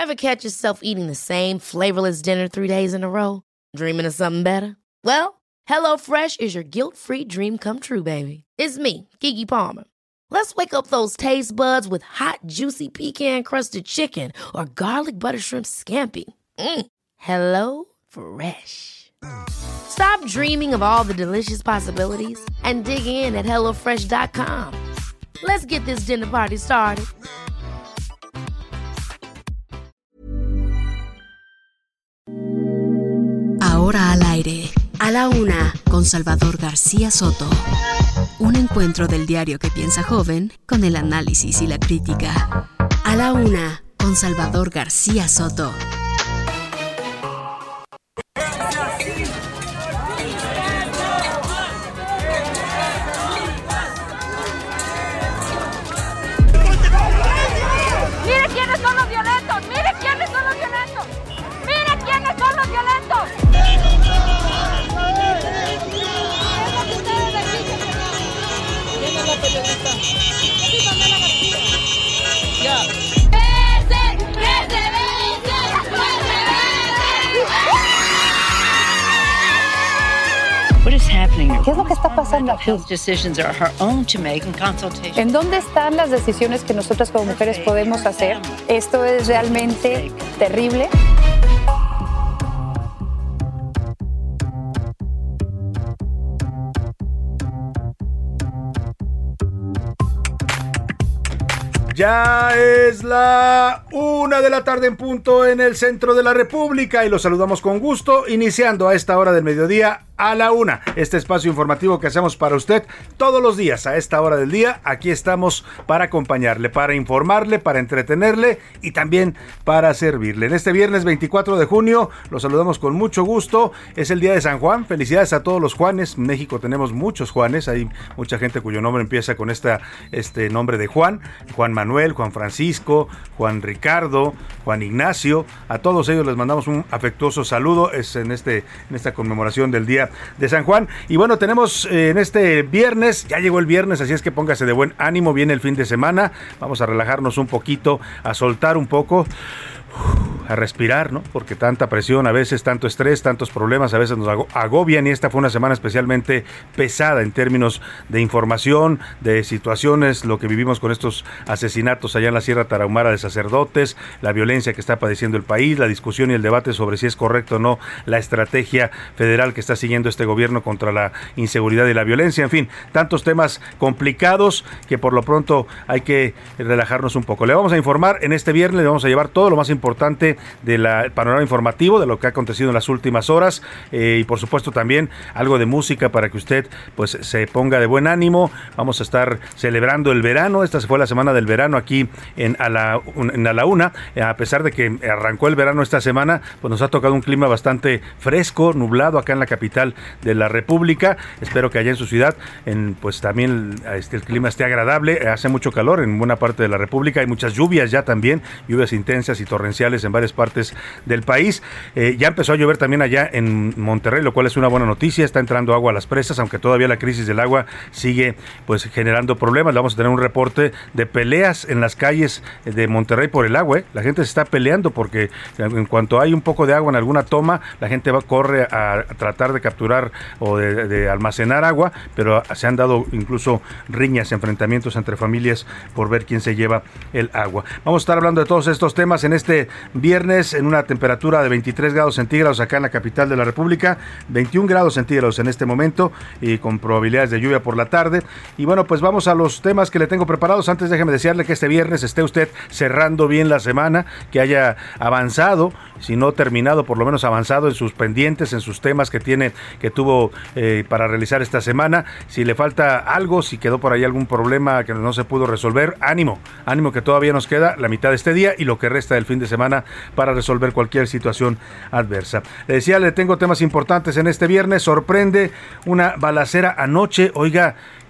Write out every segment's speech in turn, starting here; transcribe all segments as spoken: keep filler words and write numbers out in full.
Ever catch yourself eating the same flavorless dinner three days in a row? Dreaming of something better? Well, HelloFresh is your guilt-free dream come true, baby. It's me, Keke Palmer. Let's wake up those taste buds with hot, juicy pecan-crusted chicken or garlic butter shrimp scampi. Mm. Hello Fresh. Stop dreaming of all the delicious possibilities and dig in at hello fresh dot com. Let's get this dinner party started. Ahora al aire, a la una, con Salvador García Soto. Un encuentro del diario que piensa joven con el análisis y la crítica. A la una, con Salvador García Soto. ¡Mire quiénes son los violentos! ¡Mire quiénes son los violentos! ¡Mire quiénes son los violentos! ¿Qué es lo que está pasando aquí? ¿En dónde están las decisiones que nosotras como mujeres podemos hacer? Esto es realmente terrible. Ya es la una de la tarde en punto en el centro de la República y los saludamos con gusto, iniciando a esta hora del mediodía a la una. Este espacio informativo que hacemos para usted todos los días a esta hora del día. Aquí estamos para acompañarle, para informarle, para entretenerle y también para servirle. En este viernes veinticuatro de junio los saludamos con mucho gusto. Es el día de San Juan. Felicidades a todos los Juanes. En México tenemos muchos Juanes. Hay mucha gente cuyo nombre empieza con esta, este nombre de Juan. Juan Manuel, Juan Francisco, Juan Ricardo, Juan Ignacio. A todos ellos les mandamos un afectuoso saludo. Es en, este, en esta conmemoración del día de San Juan. Y bueno, tenemos eh, en este viernes, ya llegó el viernes, así es que póngase de buen ánimo, viene el fin de semana, vamos a relajarnos un poquito, a soltar un poco, a respirar, ¿no? Porque tanta presión, a veces tanto estrés, tantos problemas, a veces nos agobian y esta fue una semana especialmente pesada en términos de información, de situaciones, lo que vivimos con estos asesinatos allá en la Sierra Tarahumara de sacerdotes, la violencia que está padeciendo el país, la discusión y el debate sobre si es correcto o no la estrategia federal que está siguiendo este gobierno contra la inseguridad y la violencia, en fin, tantos temas complicados que por lo pronto hay que relajarnos un poco. Le vamos a informar en este viernes, le vamos a llevar todo lo más importante del panorama informativo de lo que ha acontecido en las últimas horas eh, y por supuesto también algo de música para que usted pues se ponga de buen ánimo. Vamos a estar celebrando el verano. Esta fue la semana del verano aquí en a la, en a la una. A pesar de que arrancó el verano esta semana, pues nos ha tocado un clima bastante fresco, nublado acá en la capital de la República. Espero que allá en su ciudad en, pues también este, el clima esté agradable. Hace mucho calor en buena parte de la República. Hay muchas lluvias ya también, lluvias intensas y torrenciales en varias partes del país. Eh, ya empezó a llover también allá en Monterrey, lo cual es una buena noticia. Está entrando agua a las presas, aunque todavía la crisis del agua sigue pues generando problemas. Vamos a tener un reporte de peleas en las calles de Monterrey por el agua. ¿eh? La gente se está peleando porque en cuanto hay un poco de agua en alguna toma, la gente va corre a, a tratar de capturar o de, de almacenar agua, pero se han dado incluso riñas, enfrentamientos entre familias por ver quién se lleva el agua. Vamos a estar hablando de todos estos temas en este viernes en una temperatura de veintitrés grados centígrados acá en la capital de la República, veintiún grados centígrados en este momento y con probabilidades de lluvia por la tarde. Y bueno, pues vamos a los temas que le tengo preparados. Antes déjeme desearle que este viernes esté usted cerrando bien la semana, que haya avanzado, si no terminado, por lo menos avanzado en sus pendientes, en sus temas que tiene, que tuvo eh, para realizar esta semana. Si le falta algo, si quedó por ahí algún problema que no se pudo resolver, ánimo, ánimo que todavía nos queda la mitad de este día y lo que resta del fin de semana para resolver cualquier situación adversa. Le decía, le tengo temas importantes en este viernes. Sorprende una balacera anoche, oiga,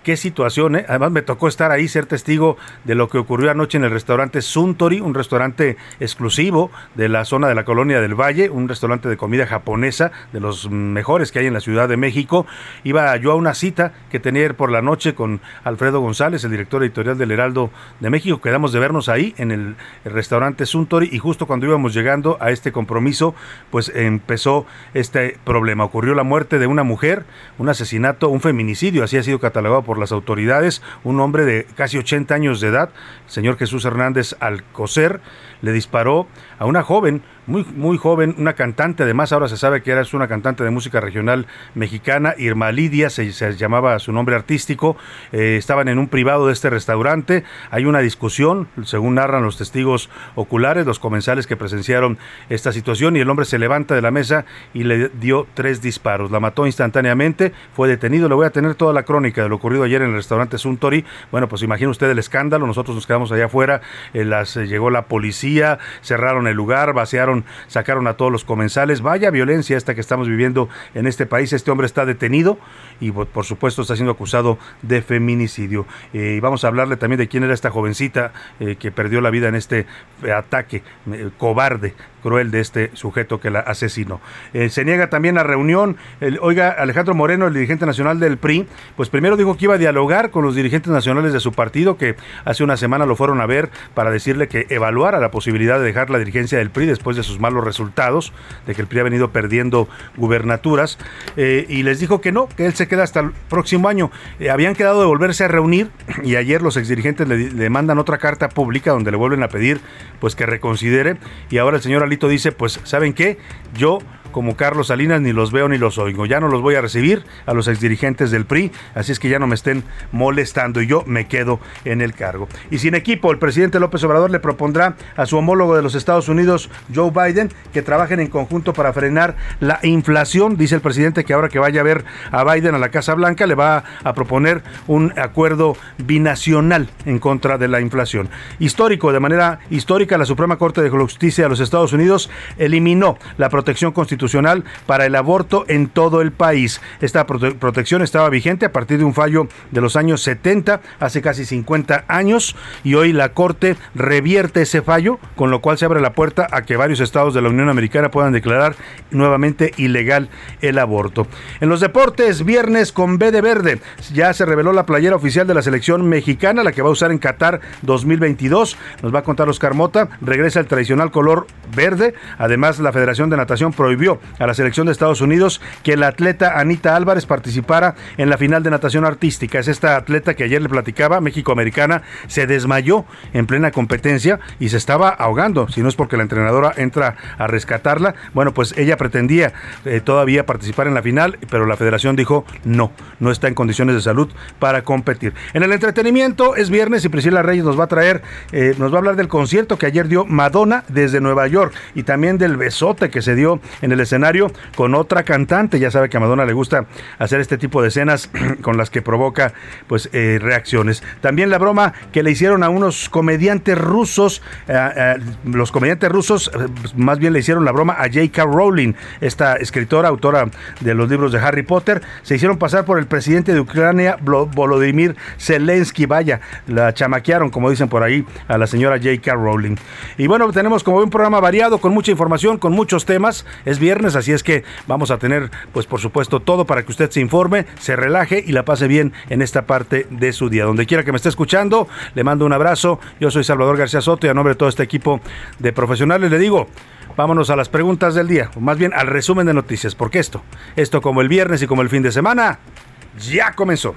qué situación, ¿eh? Además me tocó estar ahí, ser testigo de lo que ocurrió anoche en el restaurante Suntory, un restaurante exclusivo de la zona de la Colonia del Valle, un restaurante de comida japonesa, de los mejores que hay en la Ciudad de México. Iba yo a una cita que tenía ayer por la noche con Alfredo González, el director editorial del Heraldo de México. Quedamos de vernos ahí en el, el restaurante Suntory, y justo cuando íbamos llegando a este compromiso, pues empezó este problema. Ocurrió la muerte de una mujer, un asesinato, un feminicidio, así ha sido catalogado por las autoridades. Un hombre de casi ochenta años de edad, señor Jesús Hernández Alcocer, le disparó a una joven, muy muy joven, una cantante, además ahora se sabe que era una cantante de música regional mexicana, Irma Lidia, se, se llamaba su nombre artístico. Eh, estaban en un privado de este restaurante, hay una discusión, según narran los testigos oculares, los comensales que presenciaron esta situación, y el hombre se levanta de la mesa y le dio tres disparos, la mató instantáneamente, fue detenido. Le voy a tener toda la crónica de lo ocurrido ayer en el restaurante Suntory. Bueno, pues imagine usted el escándalo, nosotros nos quedamos allá afuera, eh, las, eh, llegó la policía, cerraron el lugar, vaciaron, sacaron a todos los comensales. Vaya violencia esta que estamos viviendo en este país. Este hombre está detenido y por supuesto está siendo acusado de feminicidio. Eh, y vamos a hablarle también de quién era esta jovencita eh, que perdió la vida en este ataque eh, cobarde, cruel de este sujeto que la asesinó. Eh, se niega también la reunión. El, oiga, Alejandro Moreno, el dirigente nacional del P R I, pues primero dijo que iba a dialogar con los dirigentes nacionales de su partido, que hace una semana lo fueron a ver para decirle que evaluara la posibilidad de dejar la dirigencia del P R I después de sus malos resultados, de que el P R I ha venido perdiendo gubernaturas, eh, y les dijo que no, que él se queda hasta el próximo año. Eh, habían quedado de volverse a reunir, y ayer los exdirigentes le, le mandan otra carta pública donde le vuelven a pedir pues que reconsidere, y ahora el señor Alito dice, pues ¿saben qué? Yo, como Carlos Salinas, ni los veo ni los oigo, ya no los voy a recibir a los exdirigentes del P R I, así es que ya no me estén molestando y yo me quedo en el cargo. Y sin equipo, el presidente López Obrador le propondrá a su homólogo de los Estados Unidos, Joe Biden, que trabajen en conjunto para frenar la inflación. Dice el presidente que ahora que vaya a ver a Biden a la Casa Blanca, le va a proponer un acuerdo binacional en contra de la inflación. Histórico, de manera histórica, la Suprema Corte de Justicia de los Estados Unidos eliminó la protección constitucional para el aborto en todo el país. Esta prote- protección estaba vigente a partir de un fallo de los años setenta, hace casi cincuenta años, y hoy la Corte revierte ese fallo, con lo cual se abre la puerta a que varios estados de la Unión Americana puedan declarar nuevamente ilegal el aborto. En los deportes, viernes con B de verde, ya se reveló la playera oficial de la selección mexicana, la que va a usar en Qatar dos mil veintidós. Nos va a contar Oscar Mota. Regresa el tradicional color verde. Además, la Federación de Natación prohibió a la selección de Estados Unidos que la atleta Anita Álvarez participara en la final de natación artística. Es esta atleta que ayer le platicaba, México-americana, se desmayó en plena competencia y se estaba ahogando, si no es porque la entrenadora entra a rescatarla. Bueno, pues ella pretendía eh, todavía participar en la final, pero la federación dijo no, no está en condiciones de salud para competir. En el entretenimiento, es viernes y Priscila Reyes nos va a traer, eh, nos va a hablar del concierto que ayer dio Madonna desde Nueva York, y también del besote que se dio en el escenario con otra cantante. Ya sabe que a Madonna le gusta hacer este tipo de escenas con las que provoca pues eh, reacciones. También la broma que le hicieron a unos comediantes rusos, eh, eh, los comediantes rusos eh, más bien le hicieron la broma a J K Rowling, esta escritora, autora de los libros de Harry Potter. Se hicieron pasar por el presidente de Ucrania, Volodymyr Zelensky. Vaya, la chamaquearon, como dicen por ahí, a la señora J K Rowling. Y bueno, tenemos como un programa variado, con mucha información, con muchos temas. Es viernes, así es que vamos a tener, pues por supuesto, todo para que usted se informe, se relaje y la pase bien en esta parte de su día. Donde quiera que me esté escuchando, le mando un abrazo. Yo soy Salvador García Soto y a nombre de todo este equipo de profesionales le digo, vámonos a las preguntas del día, o más bien al resumen de noticias, porque esto, esto como el viernes y como el fin de semana, ya comenzó.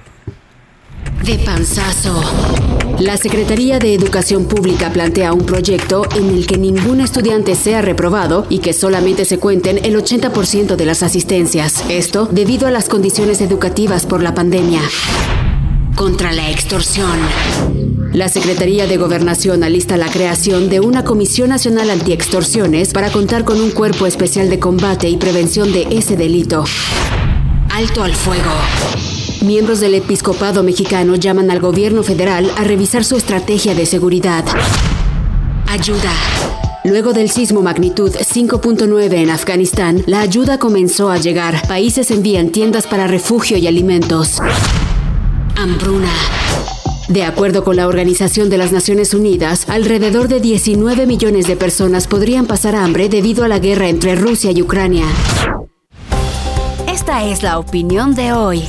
De panzazo. La Secretaría de Educación Pública plantea un proyecto en el que ningún estudiante sea reprobado y que solamente se cuenten el ochenta por ciento de las asistencias. Esto debido a las condiciones educativas por la pandemia. Contra la extorsión. La Secretaría de Gobernación alista la creación de una Comisión Nacional Antiextorsiones para contar con un cuerpo especial de combate y prevención de ese delito. Alto al fuego. Miembros del Episcopado Mexicano llaman al gobierno federal a revisar su estrategia de seguridad. Ayuda. Luego del sismo magnitud cinco punto nueve en Afganistán, la ayuda comenzó a llegar. Países envían tiendas para refugio y alimentos. Hambruna. De acuerdo con la Organización de las Naciones Unidas, alrededor de diecinueve millones de personas podrían pasar hambre debido a la guerra entre Rusia y Ucrania. Esta es la opinión de hoy.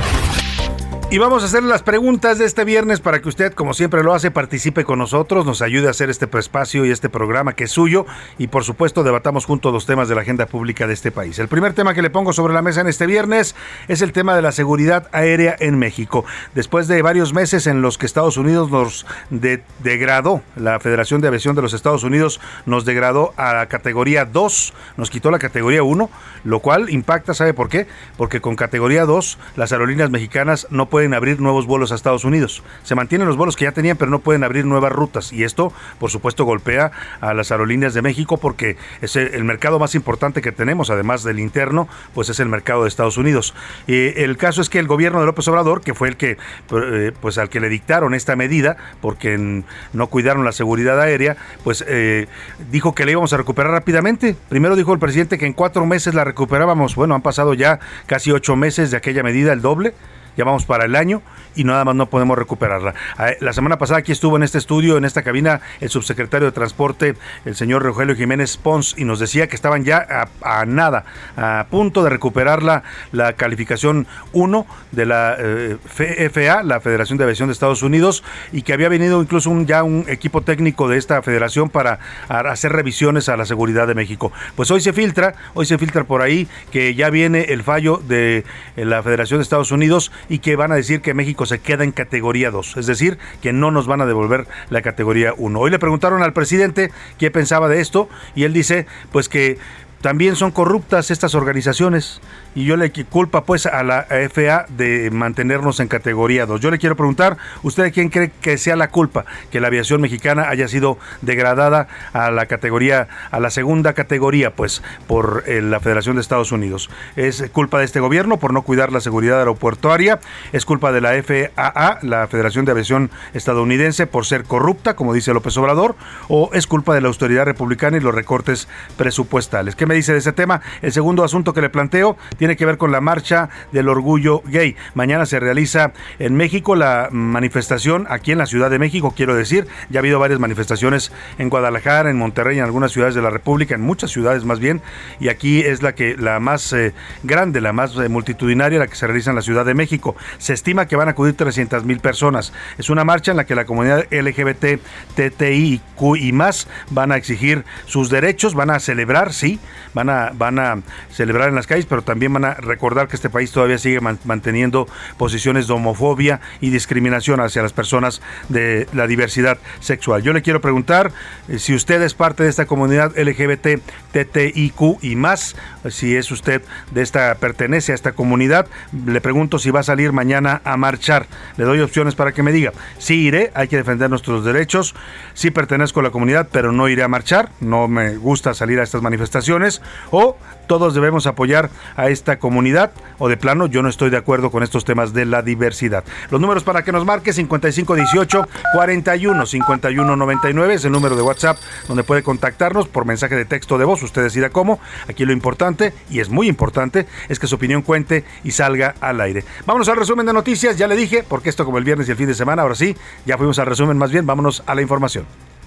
Y vamos a hacer las preguntas de este viernes para que usted, como siempre lo hace, participe con nosotros, nos ayude a hacer este espacio y este programa que es suyo y por supuesto debatamos juntos los temas de la agenda pública de este país. El primer tema que le pongo sobre la mesa en este viernes es el tema de la seguridad aérea en México. Después de varios meses en los que Estados Unidos nos de- degradó, la Federación de Aviación de los Estados Unidos nos degradó a la categoría dos, nos quitó la categoría uno, lo cual impacta, ¿sabe por qué? Porque con categoría dos las aerolíneas mexicanas no pueden pueden abrir nuevos vuelos a Estados Unidos. Se mantienen los vuelos que ya tenían, pero no pueden abrir nuevas rutas. Y esto, por supuesto, golpea a las aerolíneas de México porque es el mercado más importante que tenemos, además del interno, pues es el mercado de Estados Unidos. Eh, el caso es que el gobierno de López Obrador, que fue el que, eh, pues al que le dictaron esta medida, porque no cuidaron la seguridad aérea, pues eh, dijo que la íbamos a recuperar rápidamente. Primero dijo el presidente que en cuatro meses la recuperábamos. Bueno, han pasado ya casi ocho meses de aquella medida, el doble. Ya vamos para el año y nada más no podemos recuperarla. La semana pasada aquí estuvo en este estudio, en esta cabina, el subsecretario de Transporte, el señor Rogelio Jiménez Pons, y nos decía que estaban ya a, a nada, a punto de recuperar la, la calificación uno de la eh, F A A, la Federación de Aviación de Estados Unidos, y que había venido incluso un, ya un equipo técnico de esta federación para a, hacer revisiones a la seguridad de México. Pues hoy se filtra, hoy se filtra por ahí que ya viene el fallo de la Federación de Estados Unidos y que van a decir que México se queda en categoría dos, es decir, que no nos van a devolver la categoría uno. Hoy le preguntaron al presidente qué pensaba de esto y él dice pues que también son corruptas estas organizaciones y yo le culpa pues a la F A A de mantenernos en categoría dos. Yo le quiero preguntar, ¿usted quién cree que sea la culpa? Que la aviación mexicana haya sido degradada a la categoría, a la segunda categoría pues por eh, la Federación de Estados Unidos. ¿Es culpa de este gobierno por no cuidar la seguridad aeroportuaria? ¿Es culpa de la F A A, la Federación de Aviación Estadounidense, por ser corrupta, como dice López Obrador? ¿O es culpa de la austeridad republicana y los recortes presupuestales? ¿Qué me dice de ese tema? El segundo asunto que le planteo tiene que ver con la marcha del orgullo gay. Mañana se realiza en México la manifestación, aquí en la Ciudad de México, quiero decir, ya ha habido varias manifestaciones en Guadalajara, en Monterrey, en algunas ciudades de la República, en muchas ciudades más bien, y aquí es la que la más eh, grande, la más eh, multitudinaria, la que se realiza en la Ciudad de México. Se estima que van a acudir trescientas mil personas. Es una marcha en la que la comunidad L G B T, T T I Q y más van a exigir sus derechos, van a celebrar, sí, van a, van a celebrar en las calles, pero también van a recordar que este país todavía sigue man, manteniendo posiciones de homofobia y discriminación hacia las personas de la diversidad sexual. Yo le quiero preguntar eh, si usted es parte de esta comunidad L G B T, T T I Q y más, si es usted de esta, pertenece a esta comunidad, le pregunto si va a salir mañana a marchar. Le doy opciones para que me diga, sí iré, hay que defender nuestros derechos, sí pertenezco a la comunidad, pero no iré a marchar, no me gusta salir a estas manifestaciones, o todos debemos apoyar a esta comunidad, o de plano yo no estoy de acuerdo con estos temas de la diversidad. Los números para que nos marque: cincuenta y cinco dieciocho, cuarenta y uno, cincuenta y uno noventa y nueve, es el número de WhatsApp donde puede contactarnos por mensaje de texto de voz, usted decida cómo. Aquí lo importante, y es muy importante, es que su opinión cuente y salga al aire. Vámonos al resumen de noticias, ya le dije, porque esto como el viernes y el fin de semana, ahora sí, ya fuimos al resumen, más bien vámonos a la información.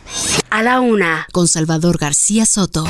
A la una, con Salvador García Soto.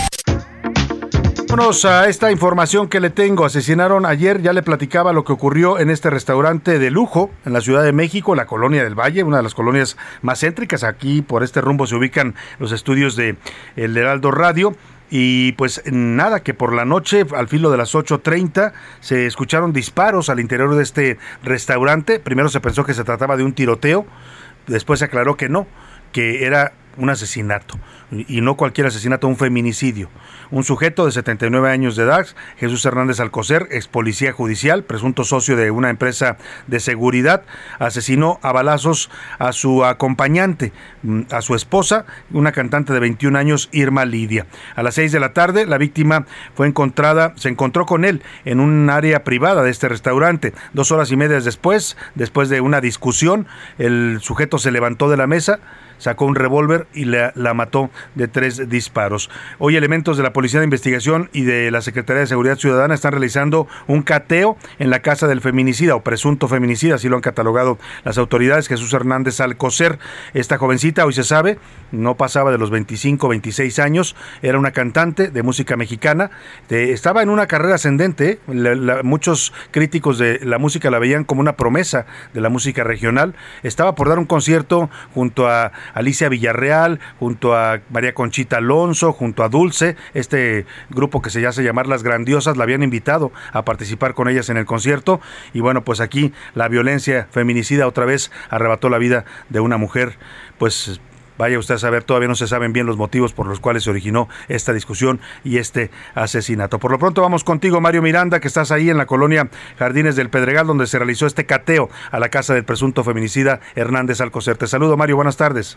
Vámonos a esta información que le tengo. Asesinaron ayer, ya le platicaba lo que ocurrió en este restaurante de lujo en la Ciudad de México, la Colonia del Valle, una de las colonias más céntricas. Aquí por este rumbo se ubican los estudios de El Heraldo Radio. Y pues nada, que por la noche, al filo de las ocho treinta, se escucharon disparos al interior de este restaurante. Primero se pensó que se trataba de un tiroteo, después se aclaró que no, que era un asesinato, y no cualquier asesinato, un feminicidio. Un sujeto de setenta y nueve años de edad, Jesús Hernández Alcocer, ex policía judicial, presunto socio de una empresa de seguridad, asesinó a balazos a su acompañante, a su esposa, una cantante de veintiún años, Irma Lidia. A las seis de la tarde, la víctima fue encontrada, se encontró con él en un área privada de este restaurante. Dos horas y media después, después de una discusión, el sujeto se levantó de la mesa, sacó un revólver y la, la mató de tres disparos. Hoy elementos de la Policía de Investigación y de la Secretaría de Seguridad Ciudadana están realizando un cateo en la casa del feminicida o presunto feminicida, así lo han catalogado las autoridades. Jesús Hernández Alcocer, esta jovencita, hoy se sabe, no pasaba de los veinticinco, veintiséis años, era una cantante de música mexicana, de, estaba en una carrera ascendente, la, la, muchos críticos de la música la veían como una promesa de la música regional, estaba por dar un concierto junto a Alicia Villarreal, junto a María Conchita Alonso, junto a Dulce, este grupo que se hace llamar Las Grandiosas, la habían invitado a participar con ellas en el concierto, y bueno, pues aquí la violencia feminicida otra vez arrebató la vida de una mujer. Pues vaya usted a saber, todavía no se saben bien los motivos por los cuales se originó esta discusión y este asesinato. Por lo pronto vamos contigo, Mario Miranda, que estás ahí en la colonia Jardines del Pedregal, donde se realizó este cateo a la casa del presunto feminicida Hernández Alcocer. Te saludo, Mario, buenas tardes.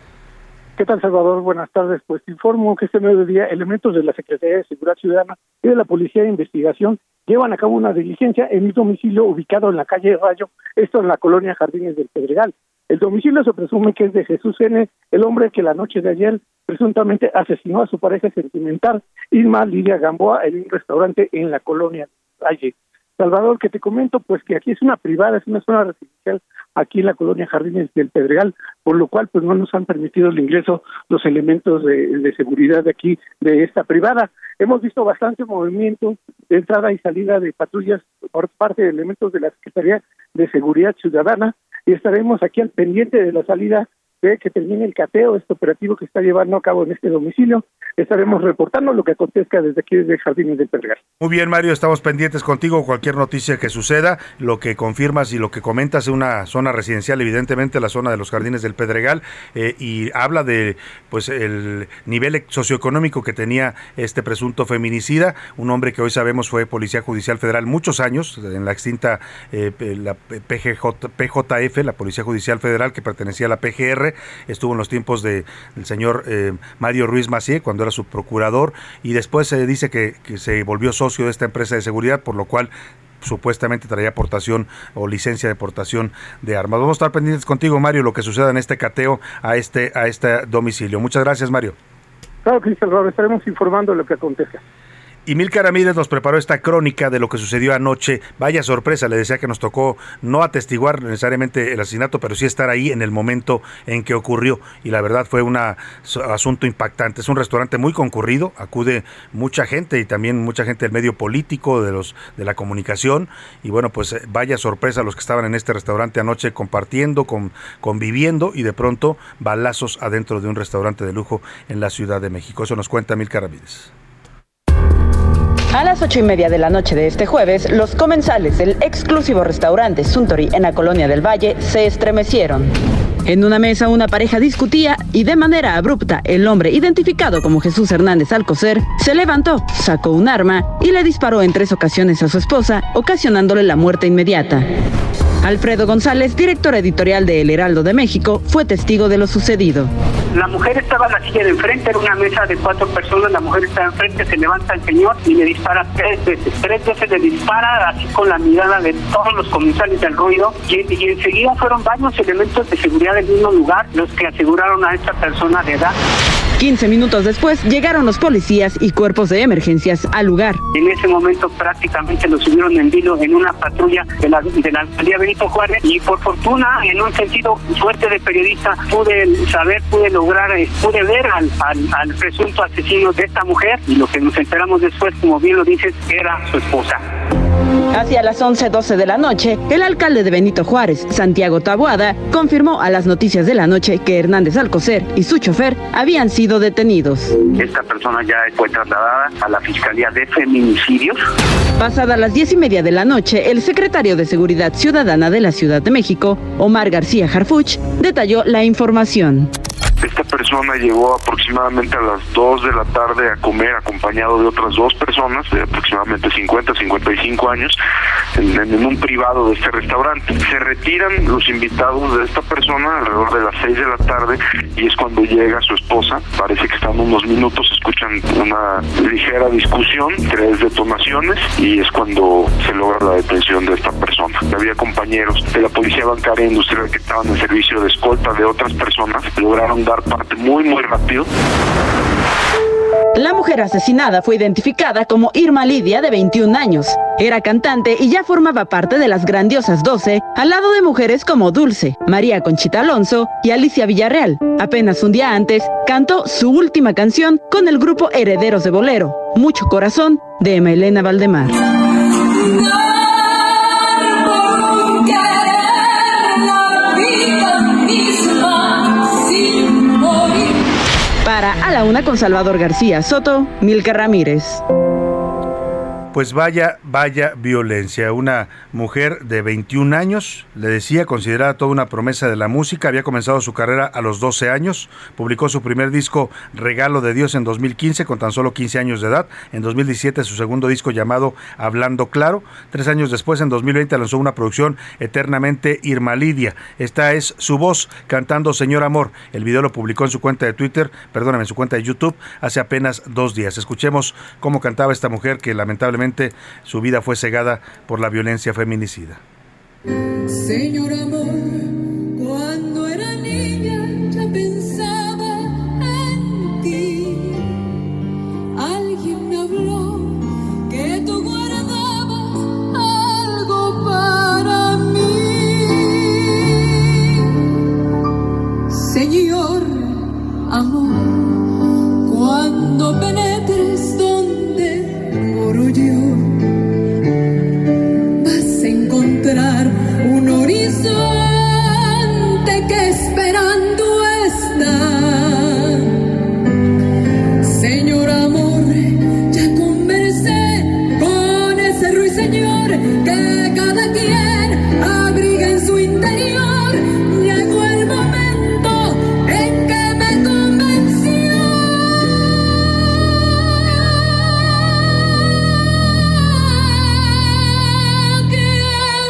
¿Qué tal, Salvador? Buenas tardes. Pues te informo que este mediodía elementos de la Secretaría de Seguridad Ciudadana y de la Policía de Investigación llevan a cabo una diligencia en un domicilio ubicado en la calle Rayo, esto en la colonia Jardines del Pedregal. El domicilio se presume que es de Jesús N., el hombre que la noche de ayer presuntamente asesinó a su pareja sentimental, Irma Lidia Gamboa, en un restaurante en la colonia Valle. Salvador, que te comento, pues que aquí es una privada, es una zona residencial aquí en la colonia Jardines del Pedregal, por lo cual pues no nos han permitido el ingreso los elementos de, de seguridad de aquí, de esta privada. Hemos visto bastante movimiento de entrada y salida de patrullas por parte de elementos de la Secretaría de Seguridad Ciudadana, y estaremos aquí al pendiente de la salida de que termine el cateo, este operativo que está llevando a cabo en este domicilio. Estaremos reportando lo que acontezca desde aquí, desde Jardines del Pedregal. Muy bien, Mario, estamos pendientes contigo. Cualquier noticia que suceda, lo que confirmas y lo que comentas es una zona residencial, evidentemente la zona de los Jardines del Pedregal, eh, y habla de pues el nivel socioeconómico que tenía este presunto feminicida, un hombre que hoy sabemos fue Policía Judicial Federal muchos años, en la extinta eh, la P G J, P J F, la Policía Judicial Federal, que pertenecía a la P G R, estuvo en los tiempos de el señor eh, Mario Ruiz Macié, cuando era su procurador, y después se dice que, que se volvió socio de esta empresa de seguridad, por lo cual supuestamente traía aportación o licencia de portación de armas. Vamos a estar pendientes contigo, Mario, lo que suceda en este cateo a este a este domicilio. Muchas gracias, Mario. Claro, Cristian, estaremos informando de lo que acontezca. Y Milka Ramírez nos preparó esta crónica de lo que sucedió anoche. Vaya sorpresa, le decía que nos tocó no atestiguar necesariamente el asesinato, pero sí estar ahí en el momento en que ocurrió. Y la verdad fue un asunto impactante. Es un restaurante muy concurrido, acude mucha gente y también mucha gente del medio político, de los de la comunicación. Y bueno, pues vaya sorpresa los que estaban en este restaurante anoche compartiendo, con, conviviendo, y de pronto balazos adentro de un restaurante de lujo en la Ciudad de México. Eso nos cuenta Milka Ramírez. A las ocho y media de la noche de este jueves, los comensales del exclusivo restaurante Suntory en la Colonia del Valle se estremecieron. En una mesa una pareja discutía y de manera abrupta el hombre, identificado como Jesús Hernández Alcocer, se levantó, sacó un arma y le disparó en tres ocasiones a su esposa, ocasionándole la muerte inmediata. Alfredo González, director editorial de El Heraldo de México, fue testigo de lo sucedido. La mujer estaba en la silla de enfrente, era una mesa de cuatro personas, la mujer estaba enfrente, se levanta el señor y le dispara tres veces. Tres veces le dispara, así con la mirada de todos los comensales del ruido, y, y enseguida fueron varios elementos de seguridad del mismo lugar los que aseguraron a esta persona de edad. quince minutos después llegaron los policías y cuerpos de emergencias al lugar. En ese momento prácticamente lo subieron en vilo en una patrulla de la, de la alcaldía Benito Juárez, y por fortuna, en un sentido fuerte de periodista, pude saber, pude lograr, pude ver al, al, al presunto asesino de esta mujer, y lo que nos enteramos después, como bien lo dices, era su esposa. Hacia las once doce de la noche, el alcalde de Benito Juárez, Santiago Taboada, confirmó a las noticias de la noche que Hernández Alcocer y su chofer habían sido detenidos. Esta persona ya fue trasladada a la Fiscalía de Feminicidios. Pasadas las diez y media de la noche, el secretario de Seguridad Ciudadana de la Ciudad de México, Omar García Harfuch, detalló la información. Esta persona llegó aproximadamente a las dos de la tarde a comer acompañado de otras dos personas de aproximadamente cincuenta, cincuenta y cinco años en, en un privado de este restaurante. Se retiran los invitados de esta persona alrededor de las seis de la tarde y es cuando llega su esposa. Parece que están unos minutos, escuchan una ligera discusión, tres detonaciones y es cuando se logra la detención de esta persona. Había compañeros de la Policía Bancaria e Industrial que estaban en servicio de escolta de otras personas, lograron dar parte muy, muy rápido. La mujer asesinada fue identificada como Irma Lidia, de veintiún años. Era cantante y ya formaba parte de las Grandiosas doce, al lado de mujeres como Dulce, María Conchita Alonso y Alicia Villarreal. Apenas un día antes, cantó su última canción con el grupo Herederos de Bolero, Mucho Corazón, de Emma Elena Valdemar. Para A la Una con Salvador García Soto, Milka Ramírez. Pues vaya, vaya violencia. Una mujer de veintiún años, le decía, considerada toda una promesa de la música, había comenzado su carrera a los doce años, publicó su primer disco Regalo de Dios en dos mil quince con tan solo quince años de edad, en dos mil diecisiete su segundo disco llamado Hablando Claro, tres años después en dos mil veinte lanzó una producción Eternamente Irma Lidia. Esta es su voz cantando Señor Amor. El video lo publicó en su cuenta de Twitter, perdóname, en su cuenta de YouTube hace apenas dos días. Escuchemos cómo cantaba esta mujer que lamentablemente su vida fue cegada por la violencia feminicida. Señor amor, cuando era niña ya pensaba en ti. Alguien me habló que tú guardabas algo para mí. Señor amor, cuando penetres donde moro yo, vas a encontrar un horizonte que esperando está. Señor amor, ya conversé con ese ruiseñor que cada quien abriga en su interior. Llegó el momento en que me convenció que a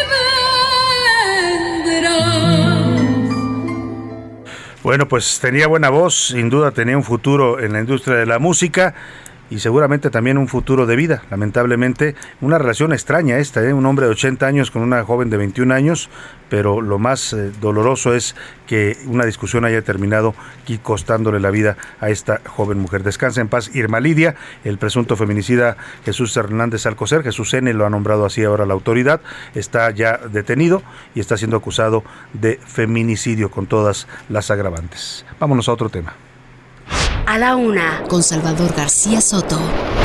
mí vendrás. Bueno, pues tenía buena voz, sin duda tenía un futuro en la industria de la música y seguramente también un futuro de vida. Lamentablemente, una relación extraña esta, ¿eh? Un hombre de ochenta años con una joven de veintiún años, pero lo más eh, doloroso es que una discusión haya terminado y costándole la vida a esta joven mujer. Descansa en paz Irma Lidia. El presunto feminicida Jesús Hernández Alcocer, Jesús N., lo ha nombrado así ahora la autoridad, está ya detenido y está siendo acusado de feminicidio con todas las agravantes. Vámonos a otro tema. A la Una con Salvador García Soto.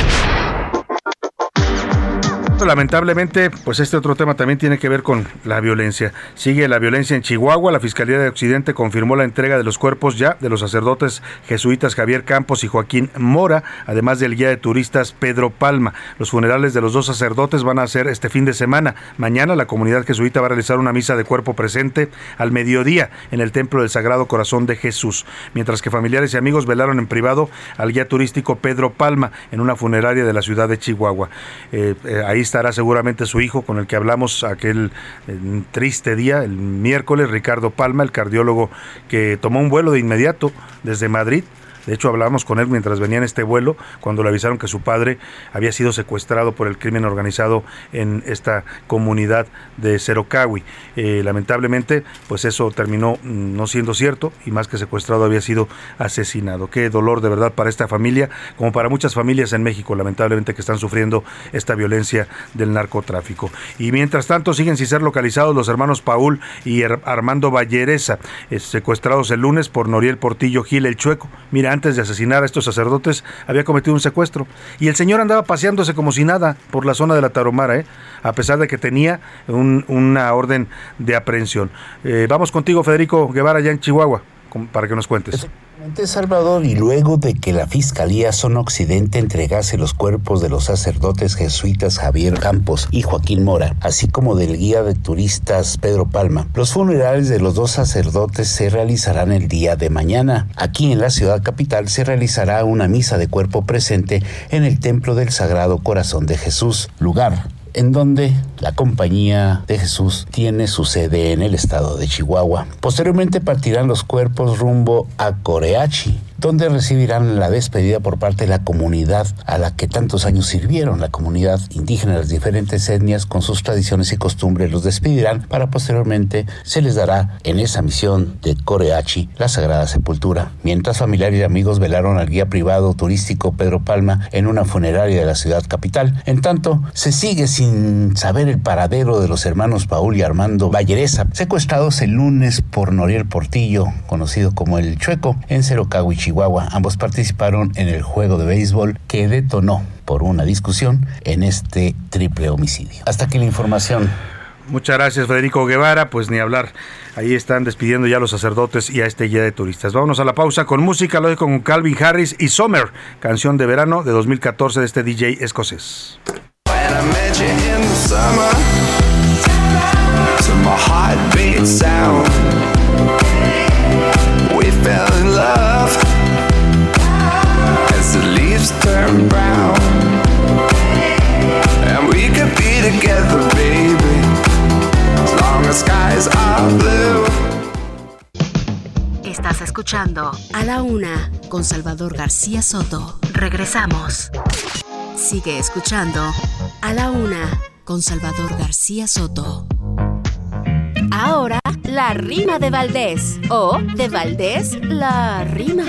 Lamentablemente, pues este otro tema también tiene que ver con la violencia. Sigue la violencia en Chihuahua. La Fiscalía de Occidente confirmó la entrega de los cuerpos ya de los sacerdotes jesuitas Javier Campos y Joaquín Mora, además del guía de turistas Pedro Palma. Los funerales de los dos sacerdotes van a ser este fin de semana. Mañana la comunidad jesuita va a realizar una misa de cuerpo presente al mediodía en el Templo del Sagrado Corazón de Jesús, mientras que familiares y amigos velaron en privado al guía turístico Pedro Palma en una funeraria de la ciudad de Chihuahua. Eh, eh, ahí estará seguramente su hijo, con el que hablamos aquel eh, triste día, el miércoles, Ricardo Palma, el cardiólogo que tomó un vuelo de inmediato desde Madrid. De hecho, hablábamos con él mientras venía en este vuelo, cuando le avisaron que su padre había sido secuestrado por el crimen organizado en esta comunidad de Cerocahui. Eh, lamentablemente, pues eso terminó no siendo cierto, y más que secuestrado, había sido asesinado. Qué dolor de verdad para esta familia, como para muchas familias en México, lamentablemente, que están sufriendo esta violencia del narcotráfico. Y mientras tanto, siguen sin ser localizados los hermanos Paul y Armando Vallereza, eh, secuestrados el lunes por Noriel Portillo Gil, el Chueco. Mira, antes de asesinar a estos sacerdotes, había cometido un secuestro. Y el señor andaba paseándose como si nada por la zona de la Tarahumara, ¿eh? a pesar de que tenía un, una orden de aprehensión. Eh, vamos contigo, Federico Guevara, allá en Chihuahua, para que nos cuentes. Salvador, y luego de que la Fiscalía Zona Occidente entregase los cuerpos de los sacerdotes jesuitas Javier Campos y Joaquín Mora, así como del guía de turistas Pedro Palma, los funerales de los dos sacerdotes se realizarán el día de mañana. Aquí en la ciudad capital se realizará una misa de cuerpo presente en el Templo del Sagrado Corazón de Jesús, lugar en donde la Compañía de Jesús tiene su sede en el estado de Chihuahua. Posteriormente partirán los cuerpos rumbo a Coreachi, donde recibirán la despedida por parte de la comunidad a la que tantos años sirvieron, la comunidad indígena de las diferentes etnias con sus tradiciones y costumbres. Los despedirán para posteriormente se les dará en esa misión de Coreachi la Sagrada Sepultura. Mientras familiares y amigos velaron al guía privado turístico Pedro Palma en una funeraria de la ciudad capital. En tanto, se sigue sin saber el paradero de los hermanos Paul y Armando Vallereza, secuestrados el lunes por Noriel Portillo, conocido como el Chueco, en Cerocagui, Chihuahua. Ambos participaron en el juego de béisbol que detonó por una discusión en este triple homicidio. Hasta aquí la información. Muchas gracias, Federico Guevara. Pues ni hablar. Ahí están despidiendo ya a los sacerdotes y a este guía de turistas. Vámonos a la pausa con música. Lo dejo con Calvin Harris y Summer, canción de verano de dos mil catorce de este D J escocés. Estás escuchando A la Una con Salvador García Soto. Regresamos. Sigue escuchando A la Una con Salvador García Soto. Ahora, la rima de Valdés. O de Valdés, la rima.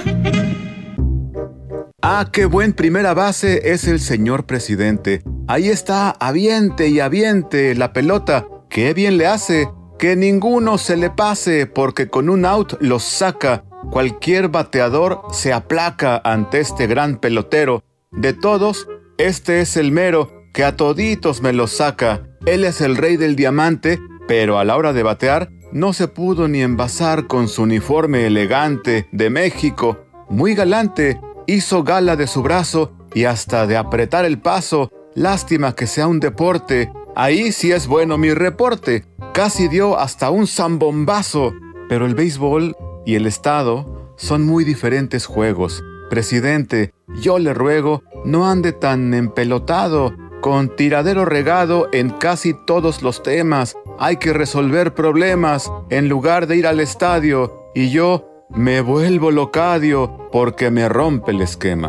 Ah, qué buen primera base es el señor presidente. Ahí está, aviente y aviente la pelota. Qué bien le hace. Que ninguno se le pase, porque con un out los saca. Cualquier bateador se aplaca ante este gran pelotero. De todos, este es el mero, que a toditos me los saca. Él es el rey del diamante, pero a la hora de batear, no se pudo ni envasar con su uniforme elegante de México. Muy galante, hizo gala de su brazo y hasta de apretar el paso. Lástima que sea un deporte. Ahí sí es bueno mi reporte. Casi dio hasta un zambombazo. Pero el béisbol y el estado son muy diferentes juegos. Presidente, yo le ruego, no ande tan empelotado, con tiradero regado en casi todos los temas. Hay que resolver problemas en lugar de ir al estadio. Y yo me vuelvo locadio porque me rompe el esquema.